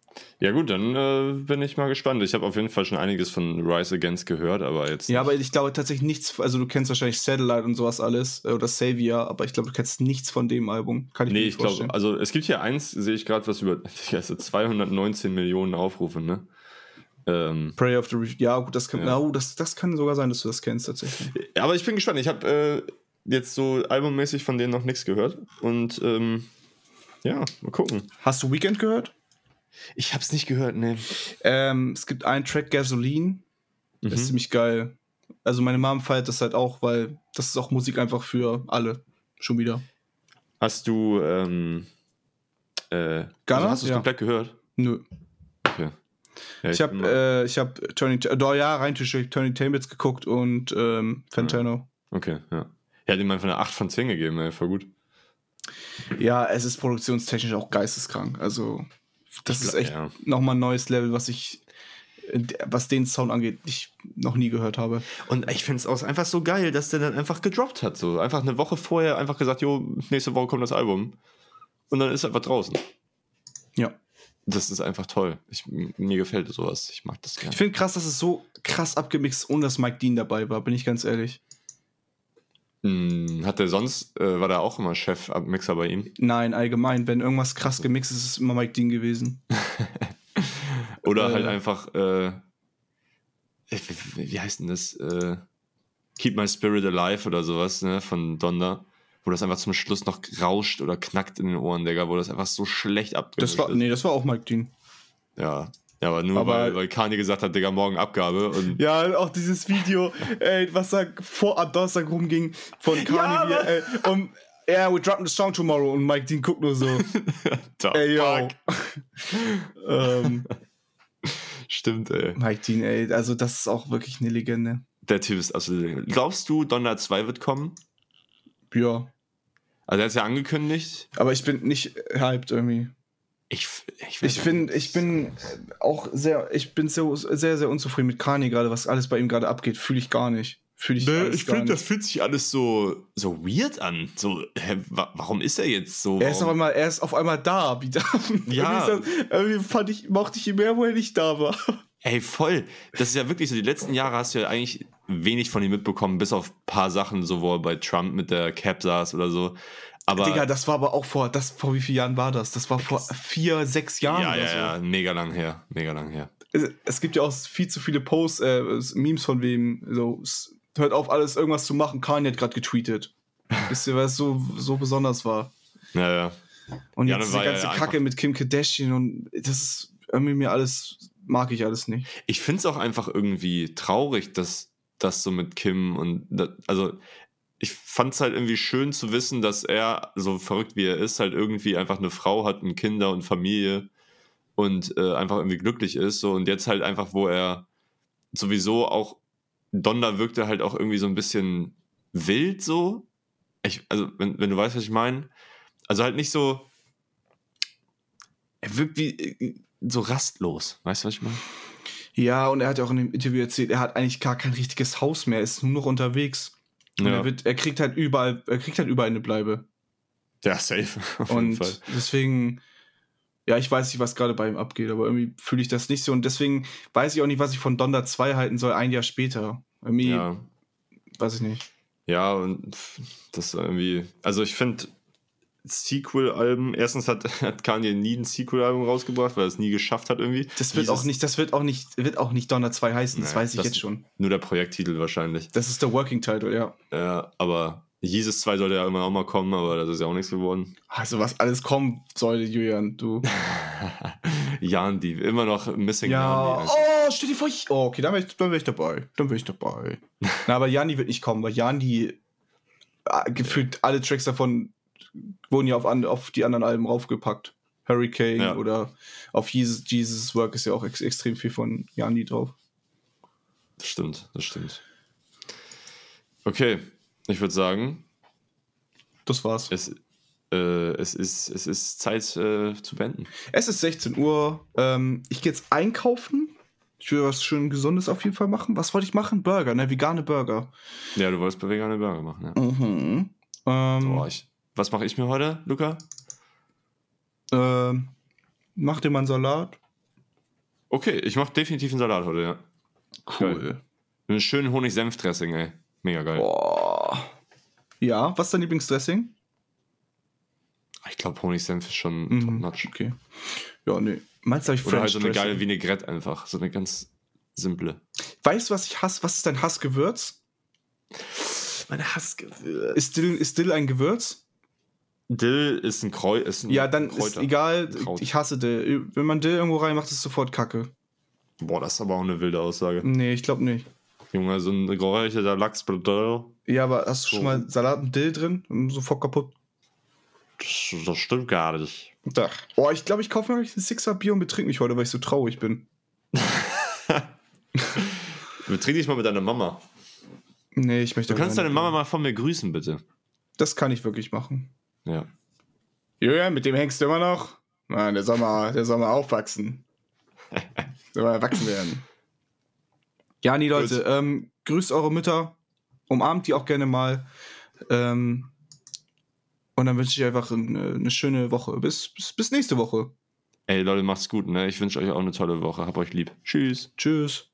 Ja gut, dann äh, bin ich mal gespannt. Ich habe auf jeden Fall schon einiges von Rise Against gehört, aber jetzt... Ja, nicht. aber ich glaube tatsächlich nichts, also du kennst wahrscheinlich Satellite und sowas alles, äh, oder Savior, aber ich glaube, du kennst nichts von dem Album. Kann ich Nee, mir ich nicht vorstellen. glaube, also es gibt hier eins, sehe ich gerade, was über also zweihundertneunzehn Millionen Aufrufe, ne? Ähm, Prayer of the Re- Ja, gut, das kann, Ja. oh, das, das kann sogar sein, dass du das kennst tatsächlich. aber ich bin gespannt. Ich habe äh, jetzt so albummäßig von denen noch nichts gehört. Und ähm, ja, mal gucken. Hast du Weekend gehört? Ich habe es nicht gehört, ne. Ähm, es gibt einen Track Gasoline, das ist Mhm. ziemlich geil. Also meine Mom feiert das halt auch, weil das ist auch Musik einfach für alle. Schon wieder. Hast du, ähm, äh, Ghana? also hast du es Ja. komplett gehört? Nö. Okay. Ja, Ich habe äh, ich hab Tony, äh, doch, ja, rein theoretisch Tony Tamitz geguckt und ähm, Fantano. Okay, ja. Er hat ihm einfach eine acht von zehn gegeben, ey, voll gut. Ja, es ist produktionstechnisch auch geisteskrank. Also, das Ich ist gla- echt ja. nochmal ein neues Level, was ich, äh, was den Sound angeht, ich noch nie gehört habe. Und ich finde es auch einfach so geil, dass der dann einfach gedroppt hat. So einfach eine Woche vorher einfach gesagt, jo, nächste Woche kommt das Album. Und dann ist er einfach draußen. Ja. Das ist einfach toll. Ich, mir gefällt sowas. Ich mag das Ich gerne. finde krass, dass es so krass abgemixt, ohne dass Mike Dean dabei war, bin ich ganz ehrlich. Hm, hat der sonst, äh, war der auch immer Chef-Mixer bei ihm? Nein, allgemein, wenn irgendwas krass gemixt ist, ist es immer Mike Dean gewesen. Oder Äh. halt einfach, äh, wie, wie heißt denn das? Äh, Keep My Spirit Alive oder sowas, ne, von Donda. Wo das einfach zum Schluss noch rauscht oder knackt in den Ohren, Digga, wo das einfach so schlecht abgemischt Das war, ist. nee, das war auch Mike Dean. Ja. Ja, aber nur Aber- weil, weil Kanye gesagt hat, Digga, morgen Abgabe. Und Ja, auch dieses Video, ey, was da vor am Donnerstag rumging von Kanye, Ja, wie, ey, um, yeah, we're dropping the song tomorrow und Mike Dean guckt nur so, the ey, yo. fuck. ähm, Stimmt, ey. Mike Dean, ey, also das ist auch wirklich eine Legende. Der Typ ist absolut. Glaubst du, Donda zwei wird kommen? Ja, Also er hat es ja angekündigt. aber ich bin nicht hyped irgendwie. Ich, ich, Ich bin, ich bin auch sehr, ich bin so, sehr, sehr unzufrieden mit Kanye gerade, was alles bei ihm gerade abgeht, fühle ich gar nicht. Fühle ich Ne, alles ich gar finde, nicht. das fühlt sich alles so, so weird an. So, hä, wa warum ist er jetzt so? Er ist, auf Warum- einmal, er ist auf einmal da wieder. Ja. irgendwie, ist das, irgendwie fand ich, mochte ich ihn mehr, wo er nicht da war. Ey, voll. Das ist ja wirklich so. Die letzten Jahre hast du ja eigentlich wenig von ihm mitbekommen, bis auf ein paar Sachen, so wo er bei Trump mit der Cap saß oder so. Aber Digga, das war aber auch vor, das, vor wie vielen Jahren war das? Das war vor vier, sechs Jahren ja, oder ja, so. ja, mega lang her. Mega lang her. Es, es gibt ja auch viel zu viele Posts, äh, Memes von wem, so, es hört auf, alles irgendwas zu machen. Kanye hat gerade getweetet. Wisst ihr, was so, so besonders war? Ja, ja. Und Ja, jetzt dann diese war ganze ja Kacke einfach- mit Kim Kardashian und das ist irgendwie mir alles, mag ich alles nicht. Ich finde es auch einfach irgendwie traurig, dass das so mit Kim und da, also ich fand es halt irgendwie schön zu wissen, dass er, so verrückt wie er ist, halt irgendwie einfach eine Frau hat und Kinder und Familie und äh, einfach irgendwie glücklich ist. So, und jetzt halt einfach, wo er sowieso auch, Donda wirkte halt auch irgendwie so ein bisschen wild so. Ich, also, wenn, wenn du weißt, was ich meine. Also halt nicht so, er wirkt wie äh, so rastlos. Weißt du, was ich meine? Ja, und er hat ja auch in dem Interview erzählt, er hat eigentlich gar kein richtiges Haus mehr, er ist nur noch unterwegs. Und Ja. er, wird, er kriegt halt überall, er kriegt halt überall eine Bleibe. Ja, safe. Auf jeden Und Fall. deswegen, ja, ich weiß nicht, was gerade bei ihm abgeht, aber irgendwie fühle ich das nicht so. Und deswegen weiß ich auch nicht, was ich von Donda zwei halten soll, ein Jahr später. Irgendwie, Ja. weiß ich nicht. Ja, und das irgendwie, also ich finde Sequel-Alben, erstens hat, hat Kanye nie ein Sequel-Album rausgebracht, weil er es nie geschafft hat irgendwie. Das wird Dieses- auch nicht, das wird auch nicht, wird auch nicht Donda zwei heißen, das Nee, weiß ich das- jetzt schon. Nur der Projekttitel wahrscheinlich. Das ist der Working Title, ja. Ja, aber Jesus zwei sollte ja irgendwann auch mal kommen, aber das ist ja auch nichts geworden. Also was alles kommen sollte, Julian, du. Jan, die immer noch Missing Ja, Jan. oh, stell dir vor, ich, oh, okay, dann wäre ich, dann wär ich dabei. Dann wäre ich dabei. Na, aber Jani wird nicht kommen, weil Jani äh, gefühlt alle Tracks davon wurden ja auf, an, auf die anderen Alben raufgepackt. Hurricane Ja. oder auf Jesus, Jesus Work ist ja auch ex extrem viel von Jani drauf. Das stimmt, das stimmt. Okay, ich würde sagen, Das war's. es, äh, es, ist, es ist Zeit äh, zu beenden. Es ist sechzehn Uhr. Ähm, ich gehe jetzt einkaufen. Ich will was schön Gesundes auf jeden Fall machen. Was wollte ich machen? Burger, ne? Vegane Burger. Ja, du wolltest bei vegane Burger machen, ja. Mhm. Ähm, Boah, ich, was mache ich mir heute, Luca? ähm, mach dir mal einen Salat. Okay, ich mache definitiv einen Salat heute, ja. Cool. Einen schönen Honig-Senf-Dressing, ey. Mega geil. Boah. Ja, was ist dein Lieblingsdressing? Ich glaube, Honig-Senf ist schon Mhm, top-notch. Okay. Ja, nee. Meinst du, hab ich Oder halt French so eine Dressing? geile Vinaigrette einfach. So eine ganz simple. Weißt du, was ich hasse? Was ist dein Hassgewürz? Meine Hassgewürz. Ist Dill, ist Dill ein Gewürz? Dill ist ein Kreuz. Ist ein Ja, dann ist Kräuter. egal. Kraut. Ich hasse Dill. Wenn man Dill irgendwo reinmacht, ist es sofort Kacke. Boah, das ist aber auch eine wilde Aussage. Nee, ich glaube nicht. Junge, so ein geräucherter Lachs. Das, Ja, aber hast du So. schon mal Salat mit Dill drin? Sofort kaputt. das stimmt gar nicht. Da. Oh, ich glaube, ich kaufe mir gleich ein Sixer Bier und betrink mich heute, weil ich so traurig bin. Betrink dich mal mit deiner Mama. Nee, ich möchte. Du kannst aber deine nicht. Mama mal von mir grüßen, bitte. Das kann ich wirklich machen. Ja. Julian, mit dem hängst du immer noch? Nein, der soll mal, der soll mal aufwachsen. Der soll mal erwachsen werden. Ja, nee, Leute, Gut. ähm, grüßt eure Mütter, umarmt die auch gerne mal. Ähm, und dann wünsche ich einfach eine, eine schöne Woche. Bis, bis, bis nächste Woche. Ey, Leute, macht's gut, ne? Ich wünsche euch auch eine tolle Woche. Hab euch lieb. Tschüss. Tschüss.